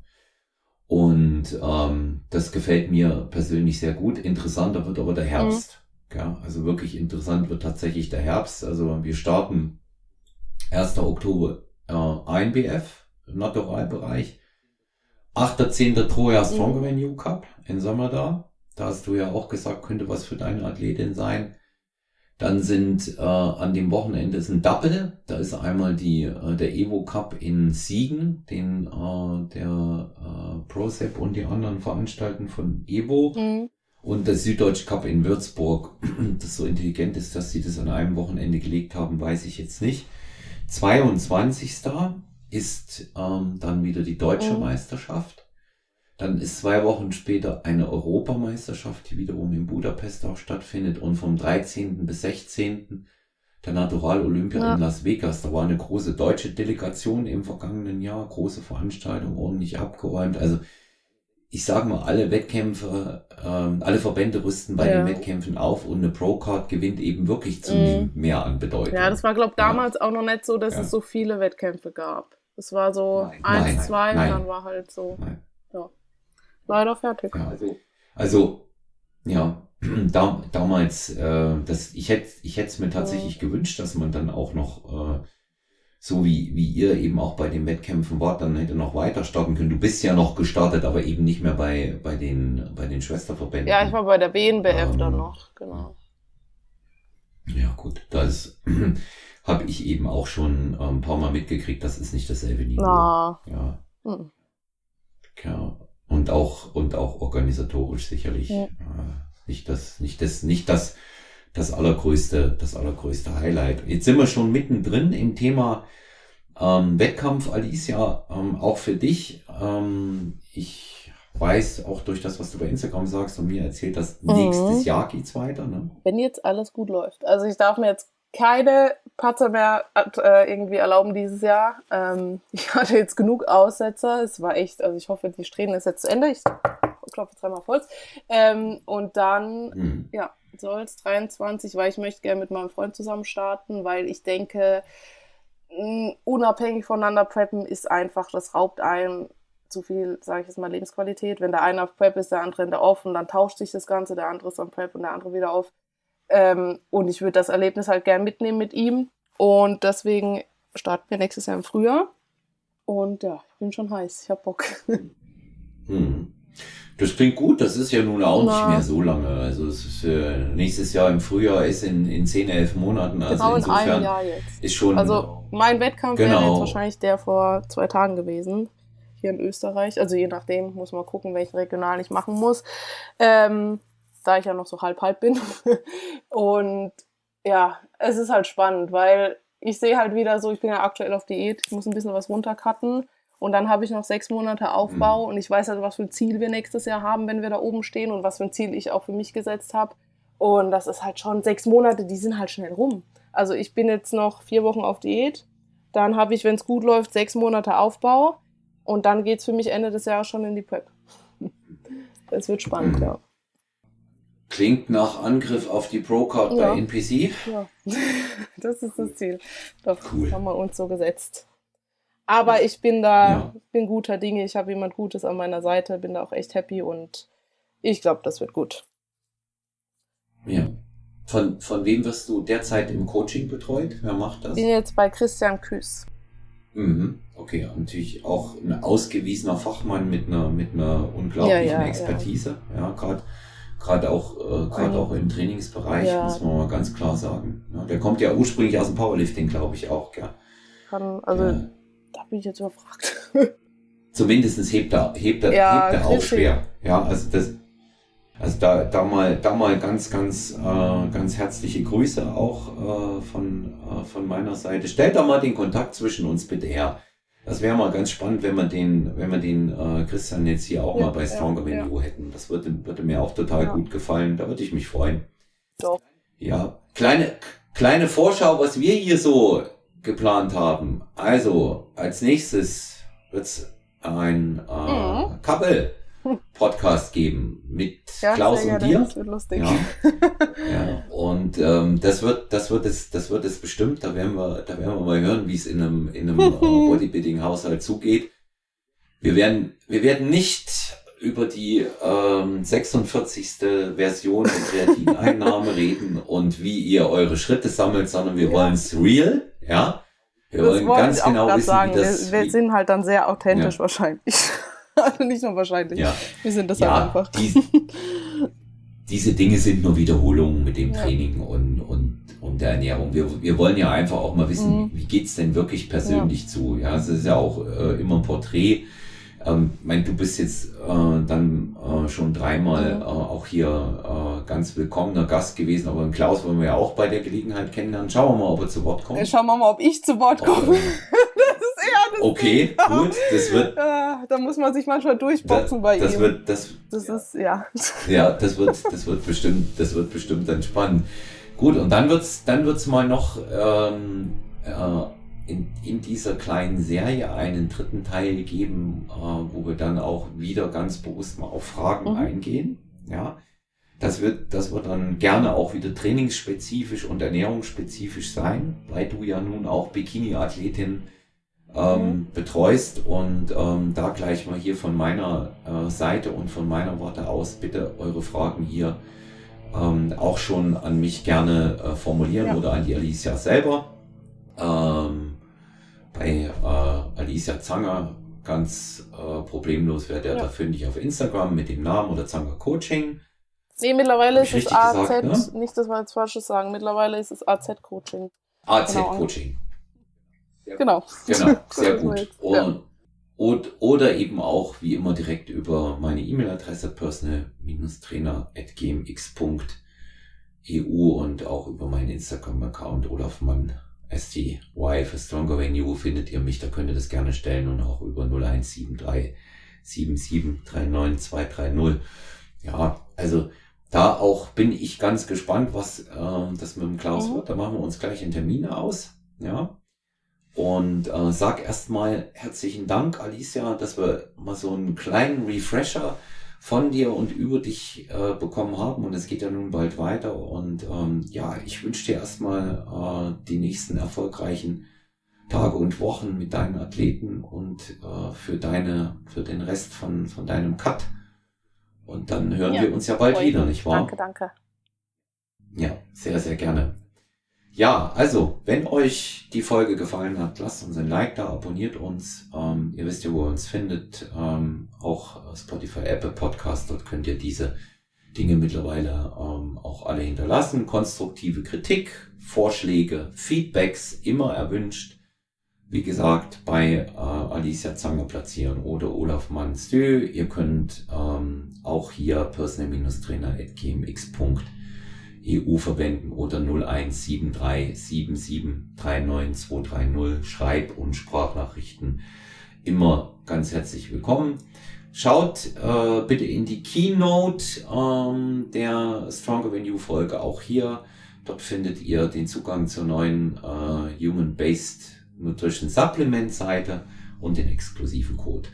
Und ähm, das gefällt mir persönlich sehr gut. Interessanter wird aber der Herbst. Mhm. Ja, also wirklich interessant wird tatsächlich der Herbst. Also wir starten erster Oktober äh, A N B F im Naturalbereich. achter zehnter Troja Stronger Than You Cup im Sommer da. Da hast du ja auch gesagt, könnte was für deine Athletin sein. Dann sind äh, an dem Wochenende ist ein Double. Da ist einmal die äh, der Evo Cup in Siegen, den äh, der äh, ProSep und die anderen veranstalten von Evo. Mhm. Und der Süddeutsche Cup in Würzburg. Das so intelligent ist, dass sie das an einem Wochenende gelegt haben, weiß ich jetzt nicht. zweiundzwanzigster ist ähm, dann wieder die Deutsche mhm. Meisterschaft. Dann ist zwei Wochen später eine Europameisterschaft, die wiederum in Budapest auch stattfindet. Und vom dreizehnten bis sechzehnten der Natural Olympia ja. in Las Vegas. Da war eine große deutsche Delegation im vergangenen Jahr. Große Veranstaltung, ordentlich abgeräumt. Also ich sage mal, alle Wettkämpfe, ähm, alle Verbände rüsten bei ja. den Wettkämpfen auf und eine Pro-Card gewinnt eben wirklich zunehmend mm. mehr an Bedeutung. Ja, das war, glaube ich, damals ja. auch noch nicht so, dass ja. es so viele Wettkämpfe gab. Es war so nein. eins, nein. zwei nein. und dann war halt so, nein. ja, leider fertig. Ja, also, also, ja, da, damals, äh, das, ich hätte ich hätte es mir tatsächlich ja. gewünscht, dass man dann auch noch äh, so wie, wie ihr eben auch bei den Wettkämpfen wart, dann hätte noch weiter starten können. Du bist ja noch gestartet, aber eben nicht mehr bei, bei den, bei den Schwesterverbänden. Ja, ich war bei der B N B F ähm, dann noch, genau. Ja, gut, das habe ich eben auch schon äh, ein paar Mal mitgekriegt, das ist nicht dasselbe Niveau. Na. Ja. Hm. Ja. Und auch, und auch organisatorisch sicherlich. Ja. Äh, nicht das, nicht das, nicht das, das allergrößte, das allergrößte Highlight. Jetzt sind wir schon mittendrin im Thema ähm, Wettkampf, Alicia, ähm, auch für dich. Ähm, ich weiß auch durch das, was du bei Instagram sagst und mir erzählt hast, mhm. nächstes Jahr geht's weiter, ne? Wenn jetzt alles gut läuft. Also ich darf mir jetzt keine Patzer mehr äh, irgendwie erlauben dieses Jahr. Ähm, ich hatte jetzt genug Aussetzer. Es war echt, also ich hoffe, die Strähne ist jetzt zu Ende. Ich klopfe jetzt dreimal auf Holz. Ähm, und dann, mhm. ja, soll es dreiundzwanzig, weil ich möchte gerne mit meinem Freund zusammen starten, weil ich denke, mh, unabhängig voneinander preppen ist einfach, das raubt einem zu viel, sage ich jetzt mal, Lebensqualität. Wenn der eine auf Prep ist, der andere in der Off und dann tauscht sich das Ganze, der andere ist am Prep und der andere wieder auf. Ähm, und ich würde das Erlebnis halt gern mitnehmen mit ihm. Und deswegen starten wir nächstes Jahr im Frühjahr. Und ja, ich bin schon heiß, ich hab Bock. Hm. Das klingt gut, das ist ja nun auch Na. nicht mehr so lange. Also es ist äh, nächstes Jahr im Frühjahr ist in, in zehn, elf Monaten. Also genau insofern in einem Jahr jetzt. Ist schon, also mein Wettkampf genau. wäre jetzt wahrscheinlich der vor zwei Tagen gewesen. Hier in Österreich. Also je nachdem, muss man gucken, welchen Regional ich machen muss. Ähm, da ich ja noch so halb-halb bin. Und ja, es ist halt spannend, weil ich sehe halt wieder so, ich bin ja aktuell auf Diät, ich muss ein bisschen was runtercutten. Und dann habe ich noch sechs Monate Aufbau mhm. und ich weiß halt, was für ein Ziel wir nächstes Jahr haben, wenn wir da oben stehen und was für ein Ziel ich auch für mich gesetzt habe. Und das ist halt schon sechs Monate, die sind halt schnell rum. Also ich bin jetzt noch vier Wochen auf Diät, dann habe ich, wenn es gut läuft, sechs Monate Aufbau und dann geht's für mich Ende des Jahres schon in die Prep. Es wird spannend, mhm. ja. Klingt nach Angriff auf die Pro-Card ja. bei N P C. Ja, das ist das Ziel. Doch, cool. Haben wir uns so gesetzt. Aber ich bin da, ja. bin guter Dinge, ich habe jemand Gutes an meiner Seite, bin da auch echt happy und ich glaube, das wird gut. Ja. Von, von wem wirst du derzeit im Coaching betreut? Wer macht das? Ich bin jetzt bei Christian Küß. Mhm. Okay, natürlich auch ein ausgewiesener Fachmann mit einer, mit einer unglaublichen ja, ja, Expertise. Ja, ja gerade gerade auch, äh, gerade auch im Trainingsbereich, ja. muss man mal ganz klar sagen. Ja, der kommt ja ursprünglich aus dem Powerlifting, glaube ich auch. Gell? Kann, also ja. Da bin ich jetzt überfragt. Zumindest hebt er, hebt er, ja, hebt er auch schwer. Ja, also das, also da, da mal, da mal ganz, ganz, äh, ganz herzliche Grüße auch äh, von, äh, von meiner Seite. Stellt doch mal den Kontakt zwischen uns bitte her. Das wäre mal ganz spannend, wenn wir den, wenn wir den äh, Christian jetzt hier auch ja, mal bei Stronger Than You ja. hätten. Das würde, würde mir auch total ja. gut gefallen. Da würde ich mich freuen. Doch. Ja, kleine, kleine Vorschau, was wir hier so geplant haben. Also, als nächstes wird's ein äh, mhm. Couple, Podcast geben mit Ja, Klaus sehr und gerne. dir. Das wird lustig. Ja, ja. Und ähm, das wird, das wird es, das wird es bestimmt. Da werden wir, da werden wir mal hören, wie es in einem, in einem äh, Bodybuilding-Haushalt zugeht. Wir werden, wir werden nicht über die ähm, sechsundvierzigste Version der Kreatineinnahme reden und wie ihr eure Schritte sammelt, sondern wir Ja. wollen es real, ja. Wir Das wollen wollte ganz ich auch genau grad wissen, sagen. wie das. wir, wir wie, sind halt dann sehr authentisch Ja. wahrscheinlich. Also nicht nur wahrscheinlich. ja, Wir sind das halt ja, einfach. die, diese Dinge sind nur Wiederholungen mit dem Ja. Training und, und, und der Ernährung. Wir, wir wollen ja einfach auch mal wissen, Mhm. wie geht's denn wirklich persönlich ja. zu. Ja, es ist ja auch äh, immer ein Porträt. Ähm, ich meine, du bist jetzt äh, dann äh, schon dreimal Mhm. äh, auch hier äh, ganz willkommener Gast gewesen, aber den Klaus wollen wir ja auch bei der Gelegenheit kennenlernen. Schauen wir mal, ob er zu Wort kommt. Schauen wir mal, ob ich zu Wort komme. Oh, Das ist eher das okay, Ding. gut, das wird, Ah, da muss man sich manchmal durchboxen das, bei das ihm. wird, das, das ist, ja. ja, das wird, das wird bestimmt, das wird bestimmt dann spannend. Gut, und dann wird's, dann wird's mal noch ähm, äh, in, in dieser kleinen Serie einen dritten Teil geben, äh, wo wir dann auch wieder ganz bewusst mal auf Fragen Mhm. eingehen. Ja, das wird, das wird dann gerne auch wieder trainingsspezifisch und ernährungsspezifisch sein, weil du ja nun auch Bikini-Athletin ähm, Mhm. betreust und ähm, da gleich mal hier von meiner äh, Seite und von meiner Warte aus bitte eure Fragen hier ähm, auch schon an mich gerne äh, formulieren Ja. oder an die Alicia selber. Ähm, bei äh, Alicia Zanger ganz äh, problemlos werdet ihr Ja. da fündig auf Instagram mit dem Namen oder Zanger Coaching. Nee, mittlerweile Hab ist ich es richtig A Z, gesagt, nicht, dass wir jetzt Falsches sagen, mittlerweile ist es A Z-Coaching. A Z Genau. Coaching. Genau. Genau, sehr Das war gut. jetzt- ja. Und, und, oder eben auch wie immer direkt über meine E-Mail-Adresse personal-trainer at gmx punkt e u und auch über meinen Instagram-Account Olaf Mann S T Y für Stronger Than You findet ihr mich, da könnt ihr das gerne stellen und auch über null eins sieben drei sieben sieben drei neun zwei drei null. Ja, also da auch bin ich ganz gespannt, was äh, das mit dem Klaus Mhm. wird. Da machen wir uns gleich in Termine aus. Ja. Und äh, sag erstmal herzlichen Dank, Alicia, dass wir mal so einen kleinen Refresher von dir und über dich äh, bekommen haben. Und es geht ja nun bald weiter. Und ähm, ja, ich wünsche dir erstmal äh, die nächsten erfolgreichen Tage und Wochen mit deinen Athleten und äh, für deine, für den Rest von, von deinem Cut. Und dann hören Ja, wir uns ja bald freut wieder, mich. nicht wahr? Danke, danke. Ja, sehr, sehr gerne. Ja, also, wenn euch die Folge gefallen hat, lasst uns ein Like da, abonniert uns. Ähm, ihr wisst ja, wo ihr uns findet. Ähm, auch Spotify, Apple Podcast, dort könnt ihr diese Dinge mittlerweile ähm, auch alle hinterlassen. Konstruktive Kritik, Vorschläge, Feedbacks, immer erwünscht. Wie gesagt, bei äh, Alicia Zanger platzieren oder Olaf Manstö. Ihr könnt ähm, auch hier personal-trainer at gmx punkt e u verwenden oder null eins sieben drei sieben sieben drei neun zwei drei null. Schreib- und Sprachnachrichten immer ganz herzlich willkommen. Schaut äh, bitte in die Keynote ähm, der Stronger Than You Folge auch hier. Dort findet ihr den Zugang zur neuen äh, Human-Based Nutrition Supplement Seite und den exklusiven Code.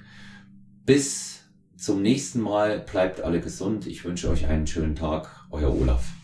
Bis zum nächsten Mal. Bleibt alle gesund. Ich wünsche euch einen schönen Tag. Euer Olaf.